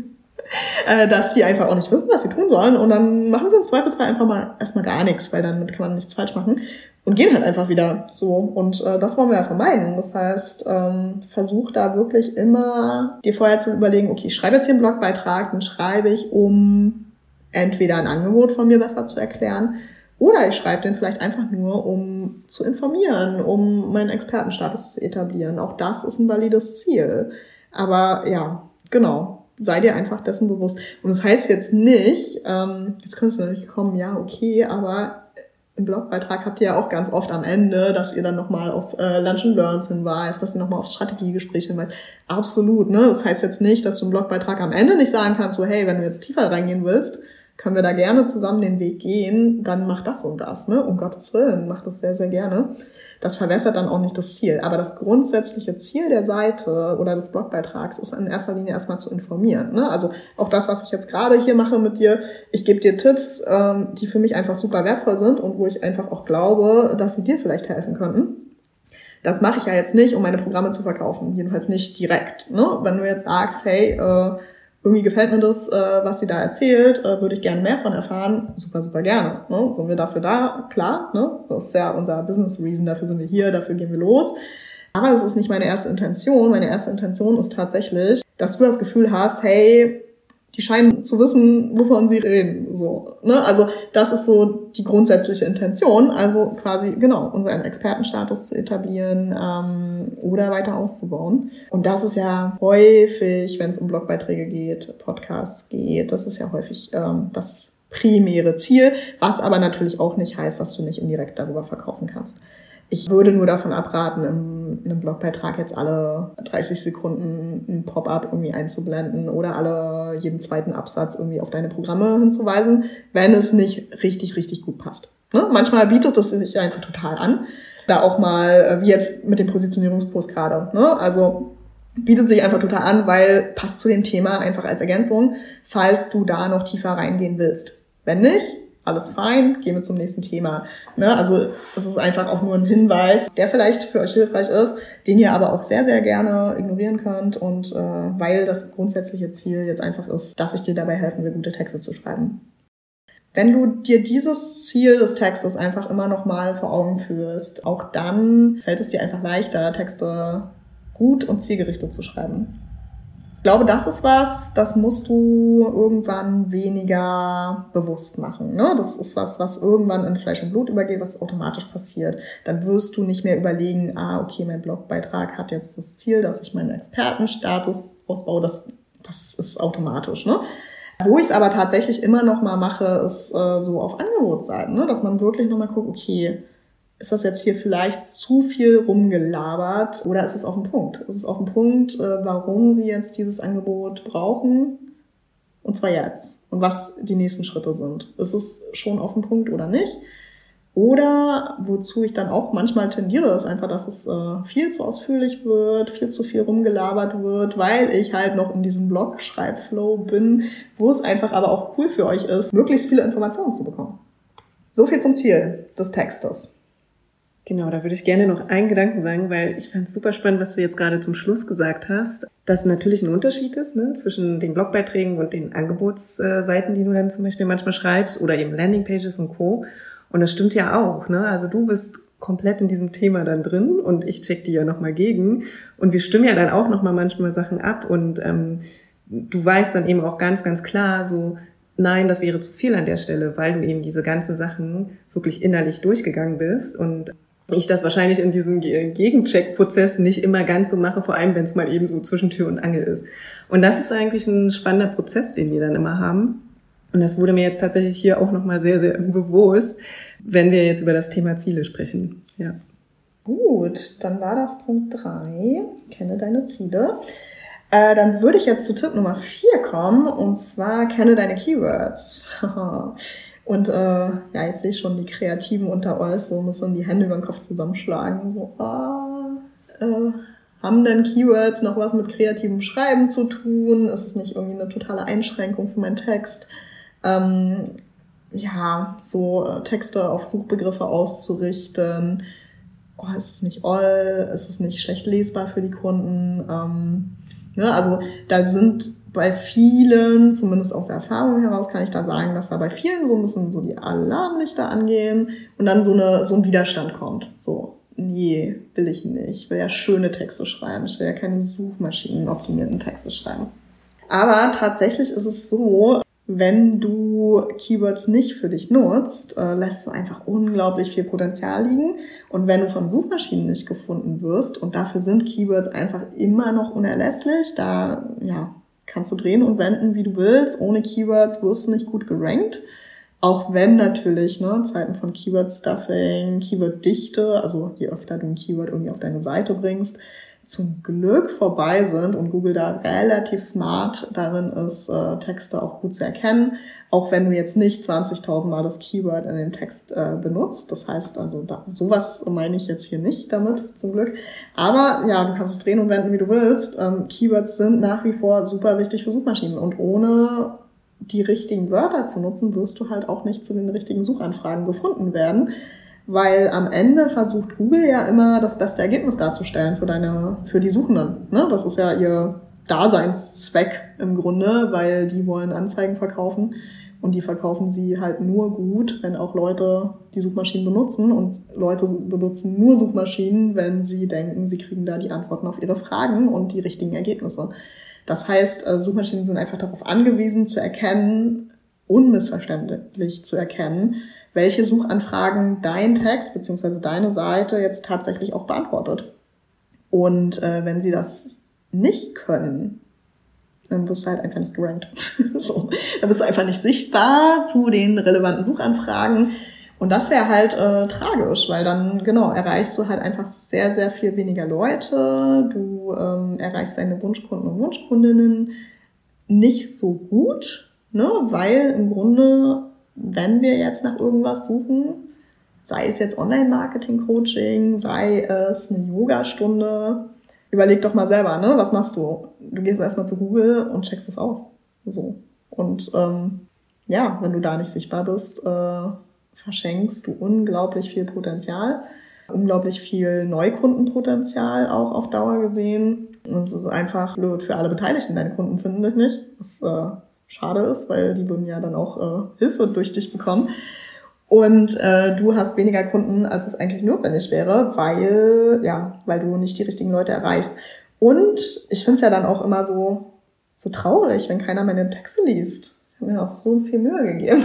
Dass die einfach auch nicht wissen, was sie tun sollen. Und dann machen sie im Zweifelsfall einfach mal erstmal gar nichts, weil damit kann man nichts falsch machen. Und gehen halt einfach wieder so. Und äh, das wollen wir ja vermeiden. Das heißt, ähm, versuch da wirklich immer dir vorher zu überlegen, okay, ich schreibe jetzt hier einen Blogbeitrag, den schreibe ich, um entweder ein Angebot von mir besser zu erklären, oder ich schreibe den vielleicht einfach nur, um zu informieren, um meinen Expertenstatus zu etablieren. Auch das ist ein valides Ziel. Aber ja, genau. Sei dir einfach dessen bewusst. Und das heißt jetzt nicht, ähm, jetzt könntest du natürlich kommen, ja, okay, aber im Blogbeitrag habt ihr ja auch ganz oft am Ende, dass ihr dann nochmal auf äh, Lunch and Learns hinweist, dass ihr nochmal auf Strategiegespräche hinweist. Absolut, ne? Das heißt jetzt nicht, dass du im Blogbeitrag am Ende nicht sagen kannst, so, hey, wenn du jetzt tiefer reingehen willst, können wir da gerne zusammen den Weg gehen, dann mach das und das, ne? Um Gottes Willen, mach das sehr, sehr gerne. Das verwässert dann auch nicht das Ziel. Aber das grundsätzliche Ziel der Seite oder des Blogbeitrags ist in erster Linie erstmal zu informieren, ne? Also auch das, was ich jetzt gerade hier mache mit dir, ich gebe dir Tipps, ähm, die für mich einfach super wertvoll sind und wo ich einfach auch glaube, dass sie dir vielleicht helfen könnten. Das mache ich ja jetzt nicht, um meine Programme zu verkaufen. Jedenfalls nicht direkt, ne? Wenn du jetzt sagst, hey, äh, irgendwie gefällt mir das, was sie da erzählt, würde ich gerne mehr von erfahren, super, super gerne. Ne? Sind wir dafür da? Klar, ne? Das ist ja unser Business Reason, dafür sind wir hier, dafür gehen wir los. Aber das ist nicht meine erste Intention. Meine erste Intention ist tatsächlich, dass du das Gefühl hast, hey, die scheinen zu wissen, wovon sie reden. So, ne? Also das ist so die grundsätzliche Intention, also quasi genau unseren Expertenstatus zu etablieren ähm, oder weiter auszubauen. Und das ist ja häufig, wenn es um Blogbeiträge geht, Podcasts geht, das ist ja häufig ähm, das primäre Ziel, was aber natürlich auch nicht heißt, dass du nicht indirekt darüber verkaufen kannst. Ich würde nur davon abraten, im in einem Blogbeitrag jetzt alle dreißig Sekunden ein Pop-up irgendwie einzublenden oder alle jeden zweiten Absatz irgendwie auf deine Programme hinzuweisen, wenn es nicht richtig, richtig gut passt. Ne? Manchmal bietet es sich einfach total an, da auch mal, wie jetzt mit dem Positionierungspost gerade, ne? Also bietet sich einfach total an, weil passt zu dem Thema einfach als Ergänzung, falls du da noch tiefer reingehen willst. Wenn nicht, alles fein, gehen wir zum nächsten Thema. Ne? Also es ist einfach auch nur ein Hinweis, der vielleicht für euch hilfreich ist, den ihr aber auch sehr, sehr gerne ignorieren könnt und äh, weil das grundsätzliche Ziel jetzt einfach ist, dass ich dir dabei helfen will, gute Texte zu schreiben. Wenn du dir dieses Ziel des Textes einfach immer noch mal vor Augen führst, auch dann fällt es dir einfach leichter, Texte gut und zielgerichtet zu schreiben. Ich glaube, das ist was, das musst du irgendwann weniger bewusst machen. Ne? Das ist was, was irgendwann in Fleisch und Blut übergeht, was automatisch passiert. Dann wirst du nicht mehr überlegen, ah, okay, mein Blogbeitrag hat jetzt das Ziel, dass ich meinen Expertenstatus ausbaue. Das, das ist automatisch. Ne? Wo ich es aber tatsächlich immer noch mal mache, ist äh, so auf Angebotsseiten, ne? Dass man wirklich noch mal guckt, okay, ist das jetzt hier vielleicht zu viel rumgelabert oder ist es auf den Punkt? Ist es auf den Punkt, äh, warum sie jetzt dieses Angebot brauchen? Und zwar jetzt. Und was die nächsten Schritte sind. Ist es schon auf den Punkt oder nicht? Oder wozu ich dann auch manchmal tendiere, ist einfach, dass es äh, viel zu ausführlich wird, viel zu viel rumgelabert wird, weil ich halt noch in diesem Blog-Schreibflow bin, wo es einfach aber auch cool für euch ist, möglichst viele Informationen zu bekommen. So viel zum Ziel des Textes. Genau, da würde ich gerne noch einen Gedanken sagen, weil ich fand es super spannend, was du jetzt gerade zum Schluss gesagt hast, dass natürlich ein Unterschied ist, ne, zwischen den Blogbeiträgen und den Angebotsseiten, die du dann zum Beispiel manchmal schreibst oder eben Landingpages und Co. Und das stimmt ja auch, ne? Also du bist komplett in diesem Thema dann drin und ich check die ja nochmal gegen und wir stimmen ja dann auch nochmal manchmal Sachen ab und ähm, du weißt dann eben auch ganz, ganz klar so, nein, das wäre zu viel an der Stelle, weil du eben diese ganzen Sachen wirklich innerlich durchgegangen bist und ich das wahrscheinlich in diesem Gegencheck-Prozess nicht immer ganz so mache, vor allem wenn es mal eben so zwischen Tür und Angel ist. Und das ist eigentlich ein spannender Prozess, den wir dann immer haben. Und das wurde mir jetzt tatsächlich hier auch nochmal sehr, sehr bewusst, wenn wir jetzt über das Thema Ziele sprechen. Ja. Gut, dann war das Punkt drei. Kenne deine Ziele. Äh, dann würde ich jetzt zu Tipp Nummer vier kommen, und zwar kenne deine Keywords. Und äh, ja, jetzt sehe ich schon die Kreativen unter euch so ein bisschen die Hände über den Kopf zusammenschlagen. So, ah, äh, haben denn Keywords noch was mit kreativem Schreiben zu tun? Ist es nicht irgendwie eine totale Einschränkung für meinen Text? Ähm, ja, so äh, Texte auf Suchbegriffe auszurichten. Oh, ist es nicht all? Ist es nicht schlecht lesbar für die Kunden? Ähm, ja, also da sind bei vielen, zumindest aus der Erfahrung heraus, kann ich da sagen, dass da bei vielen so ein bisschen so die Alarmlichter angehen und dann so eine so ein Widerstand kommt. So, nee, will ich nicht. Ich will ja schöne Texte schreiben. Ich will ja keine suchmaschinenoptimierten Texte schreiben. Aber tatsächlich ist es so, wenn du Keywords nicht für dich nutzt, äh, lässt du einfach unglaublich viel Potenzial liegen. Und wenn du von Suchmaschinen nicht gefunden wirst, und dafür sind Keywords einfach immer noch unerlässlich, da ja kannst du drehen und wenden, wie du willst. Ohne Keywords wirst du nicht gut gerankt. Auch wenn natürlich ne, Zeiten von Keyword-Stuffing, Keyword-Dichte, also je öfter du ein Keyword irgendwie auf deine Seite bringst, zum Glück vorbei sind und Google da relativ smart darin ist, äh, Texte auch gut zu erkennen, auch wenn du jetzt nicht zwanzigtausend Mal das Keyword in dem Text äh, benutzt. Das heißt, also da, sowas meine ich jetzt hier nicht damit, zum Glück. Aber ja, du kannst es drehen und wenden, wie du willst. Ähm, Keywords sind nach wie vor super wichtig für Suchmaschinen und ohne die richtigen Wörter zu nutzen, wirst du halt auch nicht zu den richtigen Suchanfragen gefunden werden. Weil am Ende versucht Google ja immer das beste Ergebnis darzustellen für deine, für die Suchenden. Ne? Das ist ja ihr Daseinszweck im Grunde, weil die wollen Anzeigen verkaufen und die verkaufen sie halt nur gut, wenn auch Leute die Suchmaschinen benutzen und Leute benutzen nur Suchmaschinen, wenn sie denken, sie kriegen da die Antworten auf ihre Fragen und die richtigen Ergebnisse. Das heißt, Suchmaschinen sind einfach darauf angewiesen zu erkennen, unmissverständlich zu erkennen, welche Suchanfragen dein Text bzw. deine Seite jetzt tatsächlich auch beantwortet. Und äh, wenn sie das nicht können, dann wirst du halt einfach nicht gerankt. So, dann bist du einfach nicht sichtbar zu den relevanten Suchanfragen. Und das wäre halt äh, tragisch, weil dann, genau, erreichst du halt einfach sehr, sehr viel weniger Leute. Du ähm, erreichst deine Wunschkunden und Wunschkundinnen nicht so gut, ne? Weil im Grunde, wenn wir jetzt nach irgendwas suchen, sei es jetzt Online-Marketing-Coaching, sei es eine Yoga-Stunde, überleg doch mal selber, ne? Was machst du? Du gehst erstmal zu Google und checkst es aus. So. Und ähm, ja, wenn du da nicht sichtbar bist, äh, verschenkst du unglaublich viel Potenzial, unglaublich viel Neukundenpotenzial auch auf Dauer gesehen. Und es ist einfach blöd für alle Beteiligten, deine Kunden finden dich nicht, was äh, schade ist, weil die würden ja dann auch äh, Hilfe durch dich bekommen. Und äh, du hast weniger Kunden, als es eigentlich notwendig wäre, weil ja, weil du nicht die richtigen Leute erreichst. Und ich finde es ja dann auch immer so so traurig, wenn keiner meine Texte liest. Ich habe mir auch so viel Mühe gegeben.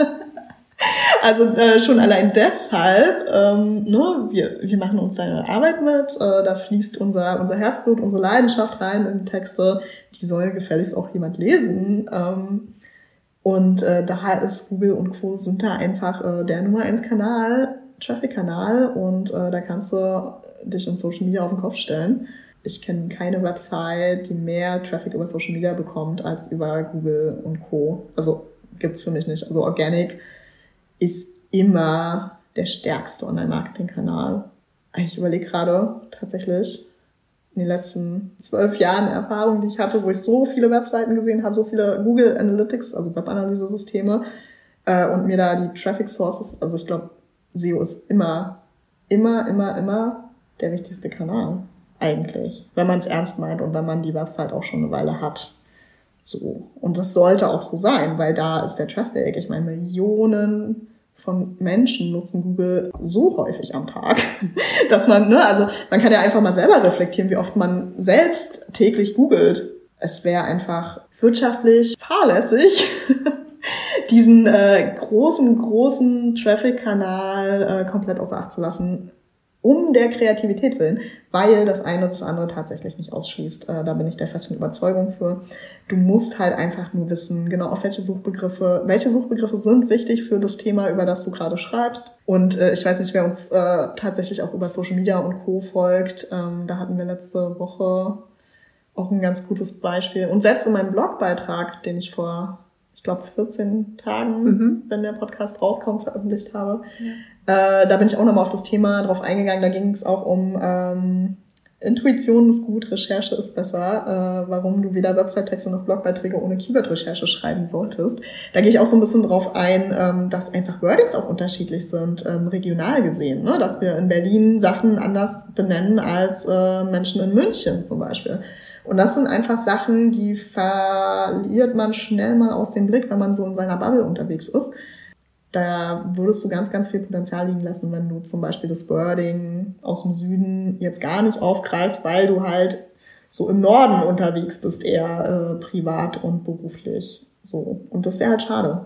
Also äh, schon allein deshalb, ähm, ne, wir, wir machen uns deine Arbeit mit, äh, da fließt unser, unser Herzblut, unsere Leidenschaft rein in die Texte, die soll gefälligst auch jemand lesen. Ähm, und äh, da ist Google und Co. sind da einfach äh, der Nummer eins Kanal, Traffic-Kanal, und äh, da kannst du dich in Social Media auf den Kopf stellen. Ich kenne keine Website, die mehr Traffic über Social Media bekommt als über Google und Co. Also gibt's für mich nicht. Also Organic ist immer der stärkste Online-Marketing-Kanal. Ich überlege gerade tatsächlich in den letzten zwölf Jahren Erfahrung, die ich hatte, wo ich so viele Webseiten gesehen habe, so viele Google Analytics, also Web-Analyse-Systeme, äh, und mir da die Traffic-Sources, also ich glaube, S E O ist immer, immer, immer, immer der wichtigste Kanal eigentlich, wenn man es ernst meint und wenn man die Website auch schon eine Weile hat. So. Und das sollte auch so sein, weil da ist der Traffic. Ich meine, Millionen von Menschen nutzen Google so häufig am Tag, dass man, ne, also man kann ja einfach mal selber reflektieren, wie oft man selbst täglich googelt. Es wäre einfach wirtschaftlich fahrlässig, diesen äh, großen, großen Traffic-Kanal äh, komplett außer Acht zu lassen, um der Kreativität willen, weil das eine das andere tatsächlich nicht ausschließt. Äh, da bin ich der festen Überzeugung für. Du musst halt einfach nur wissen, genau auf welche Suchbegriffe, welche Suchbegriffe sind wichtig für das Thema, über das du gerade schreibst. Und äh, ich weiß nicht, wer uns äh, tatsächlich auch über Social Media und Co. folgt. Ähm, da hatten wir letzte Woche auch ein ganz gutes Beispiel. Und selbst in meinem Blogbeitrag, den ich vor, ich glaube, vierzehn Tagen, mhm. wenn der Podcast rauskommt, veröffentlicht habe, ja. Äh, da bin ich auch nochmal auf das Thema drauf eingegangen. Da ging es auch um ähm, Intuition ist gut, Recherche ist besser, äh, warum du weder Website-Texte noch Blogbeiträge ohne Keyword-Recherche schreiben solltest. Da gehe ich auch so ein bisschen drauf ein, ähm, dass einfach Wordings auch unterschiedlich sind, ähm, regional gesehen, ne? Dass wir in Berlin Sachen anders benennen als äh, Menschen in München zum Beispiel. Und das sind einfach Sachen, die verliert man schnell mal aus dem Blick, wenn man so in seiner Bubble unterwegs ist. Da würdest du ganz, ganz viel Potenzial liegen lassen, wenn du zum Beispiel das Wording aus dem Süden jetzt gar nicht aufgreifst, weil du halt so im Norden unterwegs bist, eher äh, privat und beruflich. So. Und das wäre halt schade.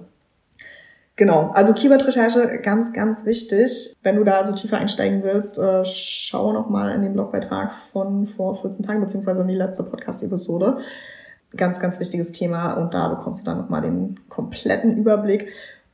Genau, also Keyword-Recherche, ganz, ganz wichtig. Wenn du da so tiefer einsteigen willst, äh, schau nochmal in den Blogbeitrag von vor vierzehn Tagen, beziehungsweise in die letzte Podcast-Episode. Ganz, ganz wichtiges Thema, und da bekommst du dann nochmal den kompletten Überblick.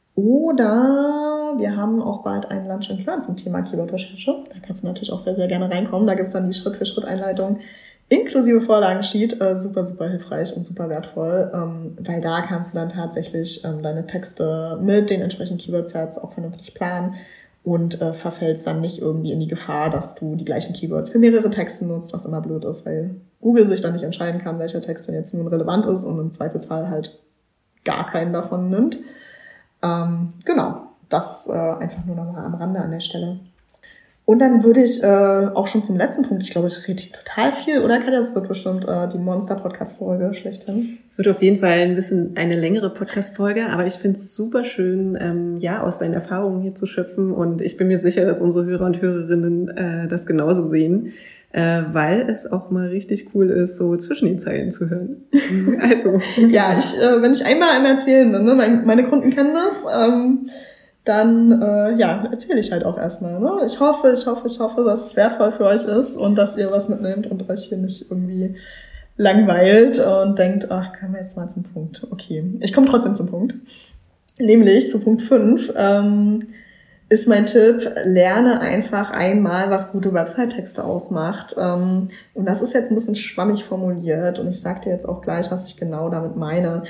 Oder wir haben auch bald einen Lunch and Learn zum Thema Keyword-Recherche. Da kannst du natürlich auch sehr, sehr gerne reinkommen. Da gibt's dann die Schritt-für-Schritt-Einleitung inklusive Vorlagensheet. Äh, super, super hilfreich und super wertvoll, ähm, weil da kannst du dann tatsächlich ähm, deine Texte mit den entsprechenden Keyword-Sets auch vernünftig planen und äh, verfällst dann nicht irgendwie in die Gefahr, dass du die gleichen Keywords für mehrere Texte nutzt, was immer blöd ist, weil Google sich dann nicht entscheiden kann, welcher Text denn jetzt nun relevant ist und im Zweifelsfall halt gar keinen davon nimmt. Ähm, genau, das äh, einfach nur nochmal am Rande an der Stelle. Und dann würde ich äh, auch schon zum letzten Punkt, ich glaube, ich rede total viel, oder Katja? Es wird bestimmt äh, die Monster-Podcast-Folge schlechthin. Es wird auf jeden Fall ein bisschen eine längere Podcast-Folge, aber ich finde es super schön, ähm, ja, aus deinen Erfahrungen hier zu schöpfen, und ich bin mir sicher, dass unsere Hörer und Hörerinnen äh, das genauso sehen, äh, weil es auch mal richtig cool ist, so zwischen den Zeilen zu hören. Also ja, ich, äh, wenn ich einmal einmal erzählen bin, ne, meine, meine Kunden kennen das, ähm, dann äh, ja, erzähle ich halt auch erstmal. Ne? Ich hoffe, ich hoffe, ich hoffe, dass es wertvoll für euch ist und dass ihr was mitnehmt und euch hier nicht irgendwie langweilt und denkt, ach, kommen wir jetzt mal zum Punkt. Okay, ich komme trotzdem zum Punkt. Nämlich zu Punkt fünf. Ähm, ist mein Tipp, lerne einfach einmal, was gute Website-Texte ausmacht. Und das ist jetzt ein bisschen schwammig formuliert und ich sage dir jetzt auch gleich, was ich genau damit meine.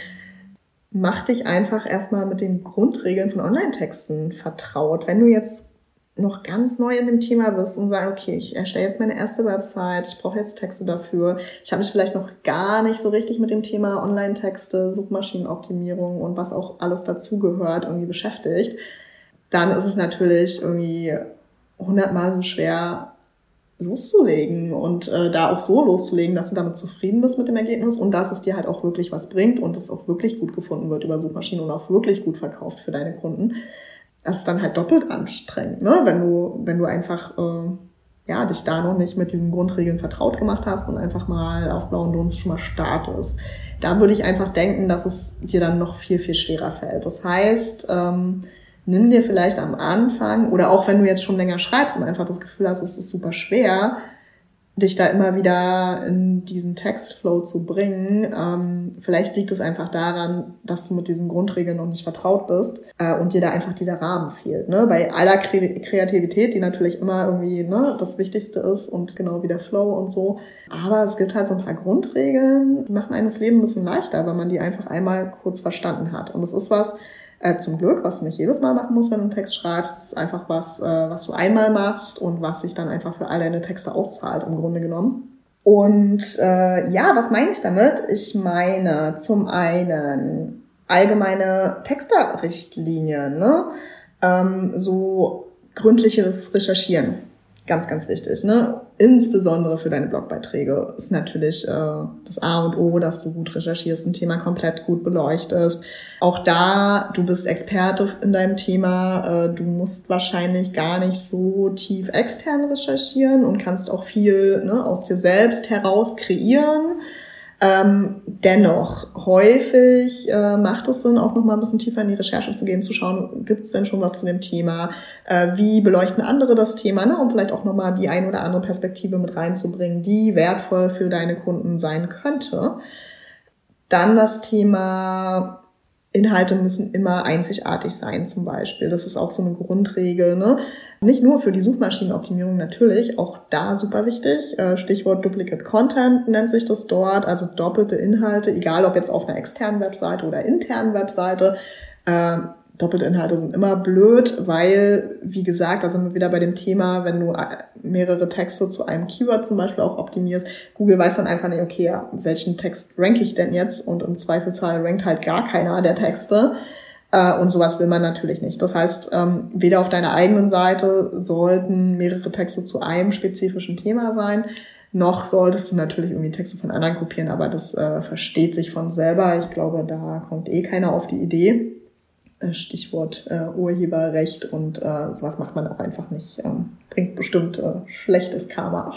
Mach dich einfach erstmal mit den Grundregeln von Online-Texten vertraut. Wenn du jetzt noch ganz neu in dem Thema bist und sagst, okay, ich erstelle jetzt meine erste Website, ich brauche jetzt Texte dafür, ich habe mich vielleicht noch gar nicht so richtig mit dem Thema Online-Texte, Suchmaschinenoptimierung und was auch alles dazugehört irgendwie beschäftigt, dann ist es natürlich irgendwie hundertmal so schwer loszulegen und äh, da auch so loszulegen, dass du damit zufrieden bist mit dem Ergebnis und dass es dir halt auch wirklich was bringt und es auch wirklich gut gefunden wird über Suchmaschinen und auch wirklich gut verkauft für deine Kunden. Das ist dann halt doppelt anstrengend, ne? Wenn du, wenn du einfach äh, ja, dich da noch nicht mit diesen Grundregeln vertraut gemacht hast und einfach mal auf blauen Dunst schon mal startest. Da würde ich einfach denken, dass es dir dann noch viel, viel schwerer fällt. Das heißt, ähm, nimm dir vielleicht am Anfang, oder auch wenn du jetzt schon länger schreibst und einfach das Gefühl hast, es ist super schwer, dich da immer wieder in diesen Textflow zu bringen. Ähm, vielleicht liegt es einfach daran, dass du mit diesen Grundregeln noch nicht vertraut bist äh, und dir da einfach dieser Rahmen fehlt. Ne? Bei aller Kre- Kreativität, die natürlich immer irgendwie ne, das Wichtigste ist und genau wie der Flow und so. Aber es gibt halt so ein paar Grundregeln, die machen einem das Leben ein bisschen leichter, wenn man die einfach einmal kurz verstanden hat. Und es ist was, Äh, zum Glück, was du nicht jedes Mal machen musst, wenn du einen Text schreibst, ist einfach was, äh, was du einmal machst und was sich dann einfach für all deine Texte auszahlt, im Grunde genommen. Und äh, ja, was meine ich damit? Ich meine zum einen allgemeine Texterrichtlinien, ne? Ähm, so gründliches Recherchieren. Ganz, ganz wichtig, ne? Insbesondere für deine Blogbeiträge ist natürlich äh, das A und O, dass du gut recherchierst, ein Thema komplett gut beleuchtest. Auch da, du bist Experte in deinem Thema, äh, du musst wahrscheinlich gar nicht so tief extern recherchieren und kannst auch viel ne, aus dir selbst heraus kreieren. Ähm, dennoch, häufig äh, macht es Sinn, auch noch mal ein bisschen tiefer in die Recherche zu gehen, zu schauen, gibt es denn schon was zu dem Thema, äh, wie beleuchten andere das Thema, ne, um vielleicht auch noch mal die ein oder andere Perspektive mit reinzubringen, die wertvoll für deine Kunden sein könnte. Dann das Thema Inhalte müssen immer einzigartig sein zum Beispiel. Das ist auch so eine Grundregel, ne? Nicht nur für die Suchmaschinenoptimierung natürlich, auch da super wichtig. Stichwort Duplicate Content nennt sich das dort, also doppelte Inhalte, egal ob jetzt auf einer externen Webseite oder internen Webseite. Doppelte Inhalte sind immer blöd, weil, wie gesagt, da sind wir wieder bei dem Thema, wenn du mehrere Texte zu einem Keyword zum Beispiel auch optimierst, Google weiß dann einfach nicht, okay, ja, welchen Text ranke ich denn jetzt? Und im Zweifelsfall rankt halt gar keiner der Texte. Und sowas will man natürlich nicht. Das heißt, weder auf deiner eigenen Seite sollten mehrere Texte zu einem spezifischen Thema sein, noch solltest du natürlich irgendwie Texte von anderen kopieren, aber das versteht sich von selber. Ich glaube, da kommt eh keiner auf die Idee. Stichwort äh, Urheberrecht und äh, sowas macht man auch einfach nicht. Ähm, bringt bestimmt äh, schlechtes Karma.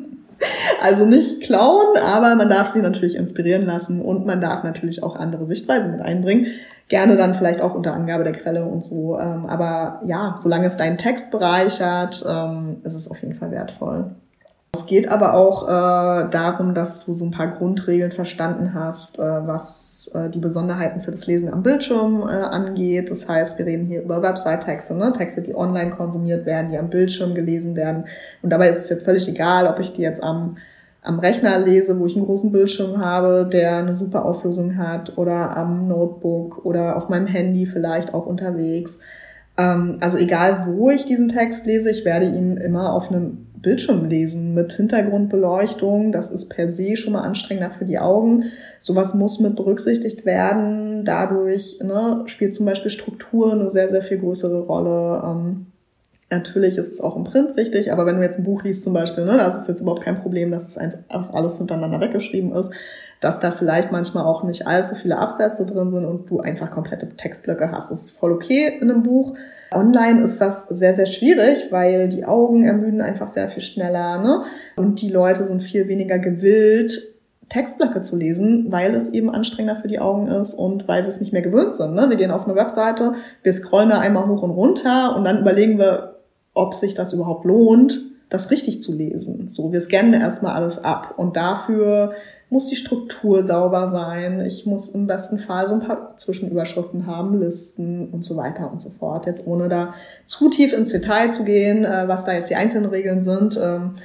Also nicht klauen, aber man darf sich natürlich inspirieren lassen und man darf natürlich auch andere Sichtweisen mit einbringen. Gerne dann vielleicht auch unter Angabe der Quelle und so. Ähm, aber ja, solange es deinen Text bereichert, ähm, ist es auf jeden Fall wertvoll. Es geht aber auch äh, darum, dass du so ein paar Grundregeln verstanden hast, äh, was äh, die Besonderheiten für das Lesen am Bildschirm äh, angeht. Das heißt, wir reden hier über Website-Texte, ne? Texte, die online konsumiert werden, die am Bildschirm gelesen werden. Und dabei ist es jetzt völlig egal, ob ich die jetzt am, am Rechner lese, wo ich einen großen Bildschirm habe, der eine super Auflösung hat, oder am Notebook oder auf meinem Handy vielleicht auch unterwegs. Ähm, also egal, wo ich diesen Text lese, ich werde ihn immer auf einem Bildschirm lesen mit Hintergrundbeleuchtung. Das ist per se schon mal anstrengender für die Augen. Sowas muss mit berücksichtigt werden. Dadurch ne, spielt zum Beispiel Struktur eine sehr, sehr viel größere Rolle. Ähm, natürlich ist es auch im Print wichtig, aber wenn du jetzt ein Buch liest zum Beispiel, ne, da ist es jetzt überhaupt kein Problem, dass es einfach alles hintereinander weggeschrieben ist, dass da vielleicht manchmal auch nicht allzu viele Absätze drin sind und du einfach komplette Textblöcke hast. Das ist voll okay in einem Buch. Online ist das sehr, sehr schwierig, weil die Augen ermüden einfach sehr viel schneller, ne? Und die Leute sind viel weniger gewillt, Textblöcke zu lesen, weil es eben anstrengender für die Augen ist und weil wir es nicht mehr gewöhnt sind, ne? Wir gehen auf eine Webseite, wir scrollen da einmal hoch und runter und dann überlegen wir, ob sich das überhaupt lohnt, das richtig zu lesen. So, wir scannen erstmal alles ab und dafür muss die Struktur sauber sein, ich muss im besten Fall so ein paar Zwischenüberschriften haben, Listen und so weiter und so fort. Jetzt ohne da zu tief ins Detail zu gehen, was da jetzt die einzelnen Regeln sind,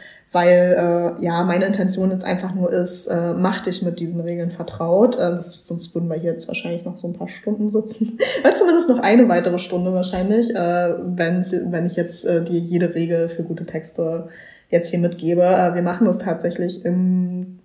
weil äh, ja meine Intention jetzt einfach nur ist, äh, mach dich mit diesen Regeln vertraut. Äh, das, sonst würden wir hier jetzt wahrscheinlich noch so ein paar Stunden sitzen. Oder zumindest noch eine weitere Stunde wahrscheinlich, äh, wenn, wenn ich jetzt äh, dir jede Regel für gute Texte jetzt hier mitgebe. Äh, wir machen das tatsächlich im,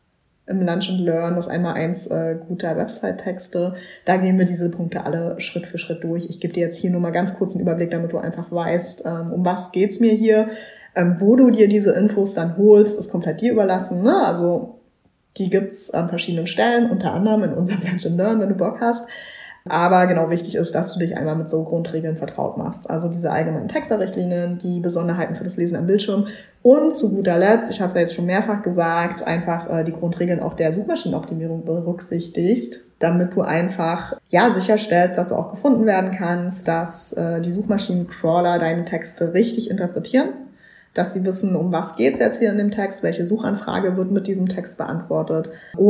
im Lunch and Learn, das einmal eins äh, guter Website-Texte. Da gehen wir diese Punkte alle Schritt für Schritt durch. Ich gebe dir jetzt hier nur mal ganz kurz einen Überblick, damit du einfach weißt, ähm, um was geht's mir hier. Ähm, wo du dir diese Infos dann holst, ist komplett dir überlassen. Ne? Also die gibt's an verschiedenen Stellen, unter anderem in unserem Lunch and Learn, wenn du Bock hast. Aber genau wichtig ist, dass du dich einmal mit so Grundregeln vertraut machst. Also diese allgemeinen Texterichtlinien, die Besonderheiten für das Lesen am Bildschirm und zu guter Letzt, ich habe es ja jetzt schon mehrfach gesagt, einfach äh, die Grundregeln auch der Suchmaschinenoptimierung berücksichtigst, damit du einfach ja sicherstellst, dass du auch gefunden werden kannst, dass äh, die Suchmaschinencrawler deine Texte richtig interpretieren, dass sie wissen, um was geht's jetzt hier in dem Text, welche Suchanfrage wird mit diesem Text beantwortet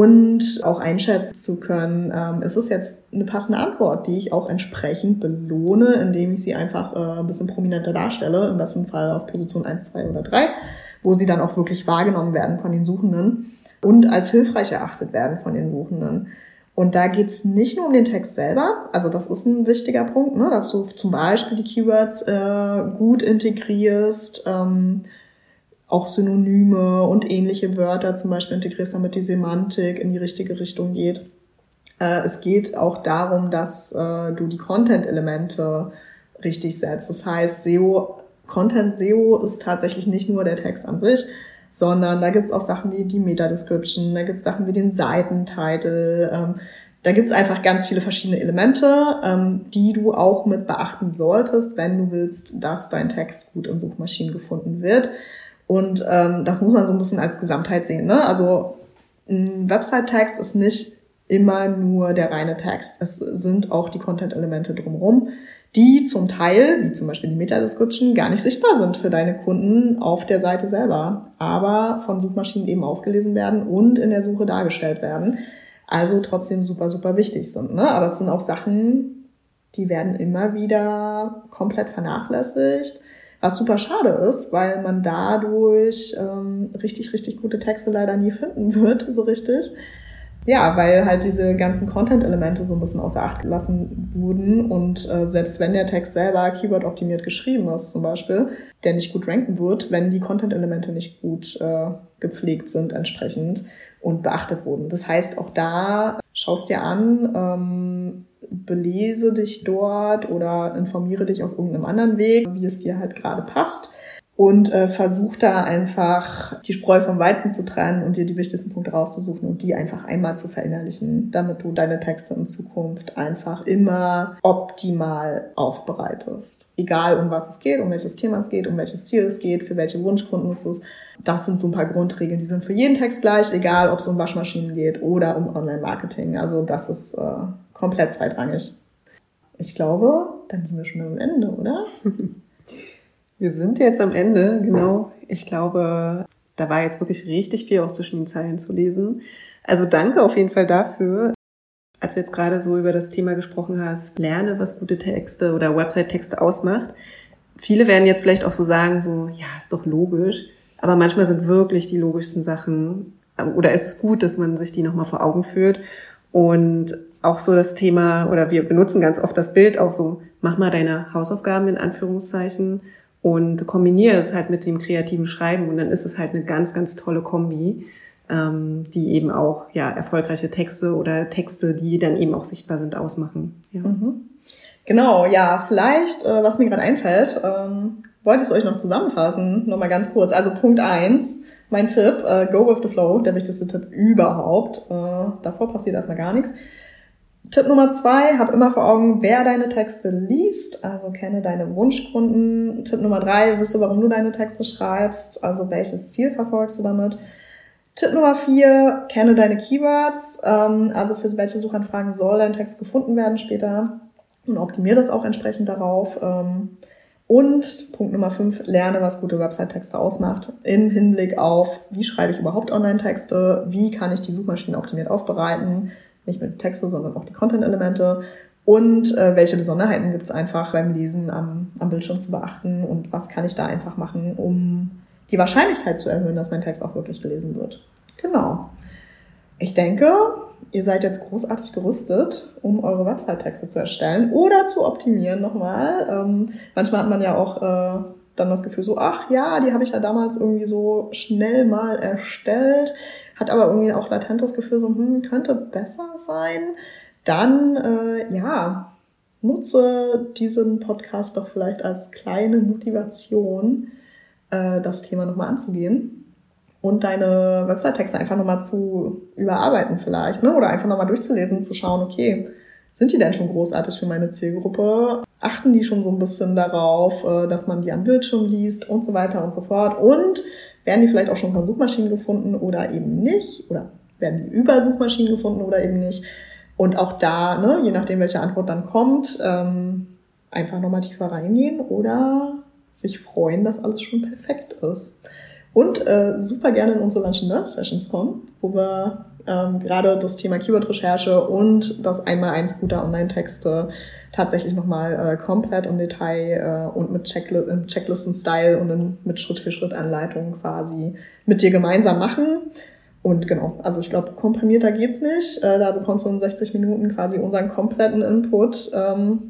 und auch einschätzen zu können, ähm, ist es jetzt eine passende Antwort, die ich auch entsprechend belohne, indem ich sie einfach äh, ein bisschen prominenter darstelle, im besten Fall auf Position eins, zwei oder drei, wo sie dann auch wirklich wahrgenommen werden von den Suchenden und als hilfreich erachtet werden von den Suchenden. Und da geht's nicht nur um den Text selber, also das ist ein wichtiger Punkt, ne, dass du zum Beispiel die Keywords äh, gut integrierst, ähm, auch Synonyme und ähnliche Wörter zum Beispiel integrierst, damit die Semantik in die richtige Richtung geht. Äh, es geht auch darum, dass äh, du die Content-Elemente richtig setzt. Das heißt, S E O, Content-S E O ist tatsächlich nicht nur der Text an sich, sondern da gibt's auch Sachen wie die Meta-Description, da gibt's Sachen wie den Seitentitel, ähm, da gibt's einfach ganz viele verschiedene Elemente, ähm, die du auch mit beachten solltest, wenn du willst, dass dein Text gut in Suchmaschinen gefunden wird. Und ähm, das muss man so ein bisschen als Gesamtheit sehen, ne? Also ein Website-Text ist nicht immer nur der reine Text. Es sind auch die Content-Elemente drumherum, die zum Teil, wie zum Beispiel die Meta-Description, gar nicht sichtbar sind für deine Kunden auf der Seite selber, aber von Suchmaschinen eben ausgelesen werden und in der Suche dargestellt werden. Also trotzdem super, super wichtig sind, ne? Aber es sind auch Sachen, die werden immer wieder komplett vernachlässigt, was super schade ist, weil man dadurch ähm, richtig, richtig gute Texte leider nie finden wird, so richtig. Ja, weil halt diese ganzen Content-Elemente so ein bisschen außer Acht gelassen wurden und äh, selbst wenn der Text selber Keyword-optimiert geschrieben ist zum Beispiel, der nicht gut ranken wird, wenn die Content-Elemente nicht gut äh, gepflegt sind entsprechend und beachtet wurden. Das heißt, auch da schaust dir an, ähm, belese dich dort oder informiere dich auf irgendeinem anderen Weg, wie es dir halt gerade passt. Und äh, versuch da einfach die Spreu vom Weizen zu trennen und dir die wichtigsten Punkte rauszusuchen und die einfach einmal zu verinnerlichen, damit du deine Texte in Zukunft einfach immer optimal aufbereitest. Egal, um was es geht, um welches Thema es geht, um welches Ziel es geht, für welche Wunschkunden es ist. Das sind so ein paar Grundregeln, die sind für jeden Text gleich, egal ob es um Waschmaschinen geht oder um Online-Marketing. Also das ist äh, komplett zweitrangig. Ich glaube, dann sind wir schon am Ende, oder? Wir sind jetzt am Ende, genau. Ich glaube, da war jetzt wirklich richtig viel auch zwischen den Zeilen zu lesen. Also danke auf jeden Fall dafür. Als du jetzt gerade so über das Thema gesprochen hast, lerne, was gute Texte oder Website-Texte ausmacht. Viele werden jetzt vielleicht auch so sagen, so, ja, ist doch logisch. Aber manchmal sind wirklich die logischsten Sachen, oder es ist gut, dass man sich die nochmal vor Augen führt. Und auch so das Thema, oder wir benutzen ganz oft das Bild auch so, mach mal deine Hausaufgaben in Anführungszeichen und kombiniere es halt mit dem kreativen Schreiben und dann ist es halt eine ganz, ganz tolle Kombi, ähm, die eben auch ja erfolgreiche Texte oder Texte, die dann eben auch sichtbar sind, ausmachen. Ja. Mhm. Genau, ja, vielleicht, äh, was mir gerade einfällt, ähm, wollte ich es euch noch zusammenfassen, nochmal ganz kurz. Also Punkt eins, mein Tipp, äh, go with the flow, der wichtigste Tipp überhaupt. Äh, davor passiert erstmal gar nichts. Tipp Nummer zwei, hab immer vor Augen, wer deine Texte liest, also kenne deine Wunschkunden. Tipp Nummer drei, wisse, warum du deine Texte schreibst, also welches Ziel verfolgst du damit. Tipp Nummer vier, kenne deine Keywords, ähm, also für welche Suchanfragen soll dein Text gefunden werden später und optimiere das auch entsprechend darauf. Ähm, Und Punkt Nummer fünf, lerne, was gute Website-Texte ausmacht, im Hinblick auf, wie schreibe ich überhaupt Online-Texte, wie kann ich die Suchmaschinen optimiert aufbereiten, nicht nur die Texte, sondern auch die Content-Elemente und äh, welche Besonderheiten gibt es einfach beim Lesen am, am Bildschirm zu beachten und was kann ich da einfach machen, um die Wahrscheinlichkeit zu erhöhen, dass mein Text auch wirklich gelesen wird. Genau. Ich denke, ihr seid jetzt großartig gerüstet, um eure Website-Texte zu erstellen oder zu optimieren nochmal. Ähm, manchmal hat man ja auch äh, dann das Gefühl so, ach ja, die habe ich ja damals irgendwie so schnell mal erstellt, hat aber irgendwie auch latent das Gefühl so, hm, könnte besser sein. Dann, äh, ja, nutze diesen Podcast doch vielleicht als kleine Motivation, äh, das Thema nochmal anzugehen. Und deine Website-Texte einfach nochmal zu überarbeiten vielleicht, ne? Oder einfach nochmal durchzulesen, zu schauen, okay, sind die denn schon großartig für meine Zielgruppe? Achten die schon so ein bisschen darauf, dass man die am Bildschirm liest und so weiter und so fort? Und werden die vielleicht auch schon von Suchmaschinen gefunden oder eben nicht? Oder werden die über Suchmaschinen gefunden oder eben nicht? Und auch da, ne, je nachdem, welche Antwort dann kommt, ähm, einfach nochmal tiefer reingehen oder sich freuen, dass alles schon perfekt ist. Und äh, super gerne in unsere Lunch and Learn Sessions kommen, wo wir ähm, gerade das Thema Keyword-Recherche und das Einmaleins guter Online-Texte tatsächlich nochmal äh, komplett im Detail äh, und mit Checkli- im Checklisten-Style und in, mit Schritt-für-Schritt-Anleitungen quasi mit dir gemeinsam machen. Und genau, also ich glaube, komprimierter geht's nicht. Äh, da bekommst du in sechzig Minuten quasi unseren kompletten Input, ähm,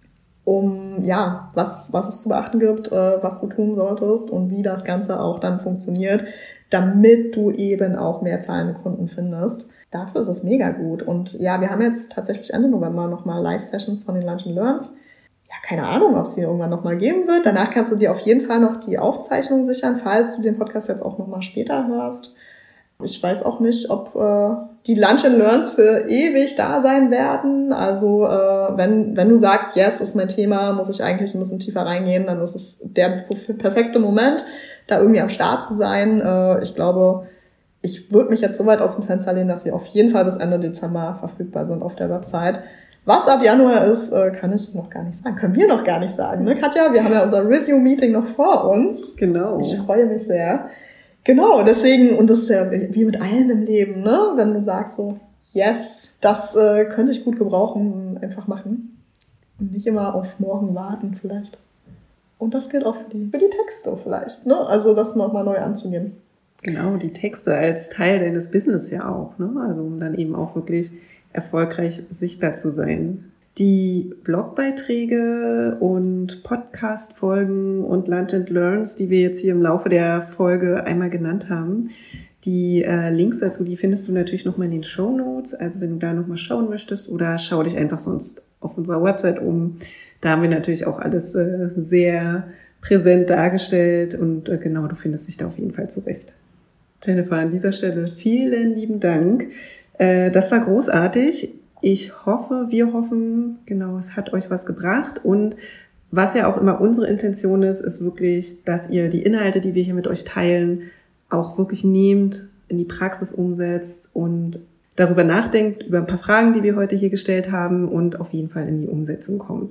um, ja, was, was es zu beachten gibt, äh, was du tun solltest und wie das Ganze auch dann funktioniert, damit du eben auch mehr zahlende Kunden findest. Dafür ist es mega gut. Und ja, wir haben jetzt tatsächlich Ende November nochmal Live-Sessions von den Lunch and Learns. Ja, keine Ahnung, ob es die irgendwann nochmal geben wird. Danach kannst du dir auf jeden Fall noch die Aufzeichnung sichern, falls du den Podcast jetzt auch nochmal später hörst. Ich weiß auch nicht, ob äh, die Lunch and Learns für ewig da sein werden. Also äh, wenn wenn du sagst, yes, ist mein Thema, muss ich eigentlich ein bisschen tiefer reingehen, dann ist es der perfekte Moment, da irgendwie am Start zu sein. Äh, ich glaube, ich würde mich jetzt so weit aus dem Fenster lehnen, dass sie auf jeden Fall bis Ende Dezember verfügbar sind auf der Website. Was ab Januar ist, äh, kann ich noch gar nicht sagen. Können wir noch gar nicht sagen, ne, Katja? Wir haben ja unser Review-Meeting noch vor uns. Genau. Ich freue mich sehr. Genau, deswegen, und das ist ja wie mit allen im Leben, ne? Wenn du sagst so, yes, das äh, könnte ich gut gebrauchen, einfach machen. Und nicht immer auf morgen warten vielleicht. Und das gilt auch für die, für die Texte vielleicht, ne? Also das nochmal neu anzugehen. Genau, die Texte als Teil deines Business ja auch, ne? Also um dann eben auch wirklich erfolgreich sichtbar zu sein. Die Blogbeiträge und Podcast-Folgen und Lunch and Learns, die wir jetzt hier im Laufe der Folge einmal genannt haben, die äh, Links dazu, die findest du natürlich nochmal in den Shownotes. Also wenn du da nochmal schauen möchtest oder schau dich einfach sonst auf unserer Website um. Da haben wir natürlich auch alles äh, sehr präsent dargestellt und äh, genau, du findest dich da auf jeden Fall zurecht. Jennifer, an dieser Stelle vielen lieben Dank. Äh, das war großartig. Ich hoffe, wir hoffen, genau, es hat euch was gebracht und was ja auch immer unsere Intention ist, ist wirklich, dass ihr die Inhalte, die wir hier mit euch teilen, auch wirklich nehmt, in die Praxis umsetzt und darüber nachdenkt, über ein paar Fragen, die wir heute hier gestellt haben und auf jeden Fall in die Umsetzung kommt.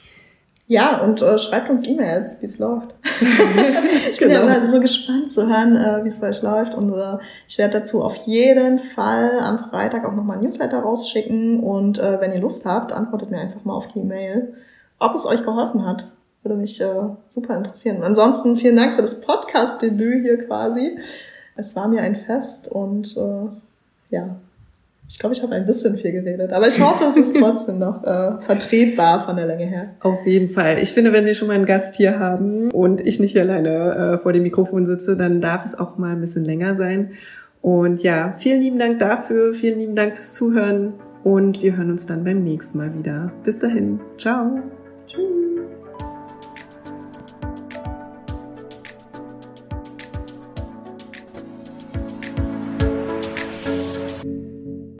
Ja, und äh, schreibt uns E-Mails, wie es läuft. Ich bin genau. ja immer so gespannt zu hören, äh, wie es bei euch läuft. Und äh, ich werde dazu auf jeden Fall am Freitag auch nochmal ein Newsletter rausschicken. Und äh, wenn ihr Lust habt, antwortet mir einfach mal auf die E-Mail, ob es euch geholfen hat. Würde mich äh, super interessieren. Ansonsten vielen Dank für das Podcast-Debüt hier quasi. Es war mir ein Fest und äh, ja, ich glaube, ich habe ein bisschen viel geredet, aber ich hoffe, es ist trotzdem noch äh, vertretbar von der Länge her. Auf jeden Fall. Ich finde, wenn wir schon mal einen Gast hier haben und ich nicht alleine äh, vor dem Mikrofon sitze, dann darf es auch mal ein bisschen länger sein. Und ja, vielen lieben Dank dafür, vielen lieben Dank fürs Zuhören und wir hören uns dann beim nächsten Mal wieder. Bis dahin. Ciao. Tschüss.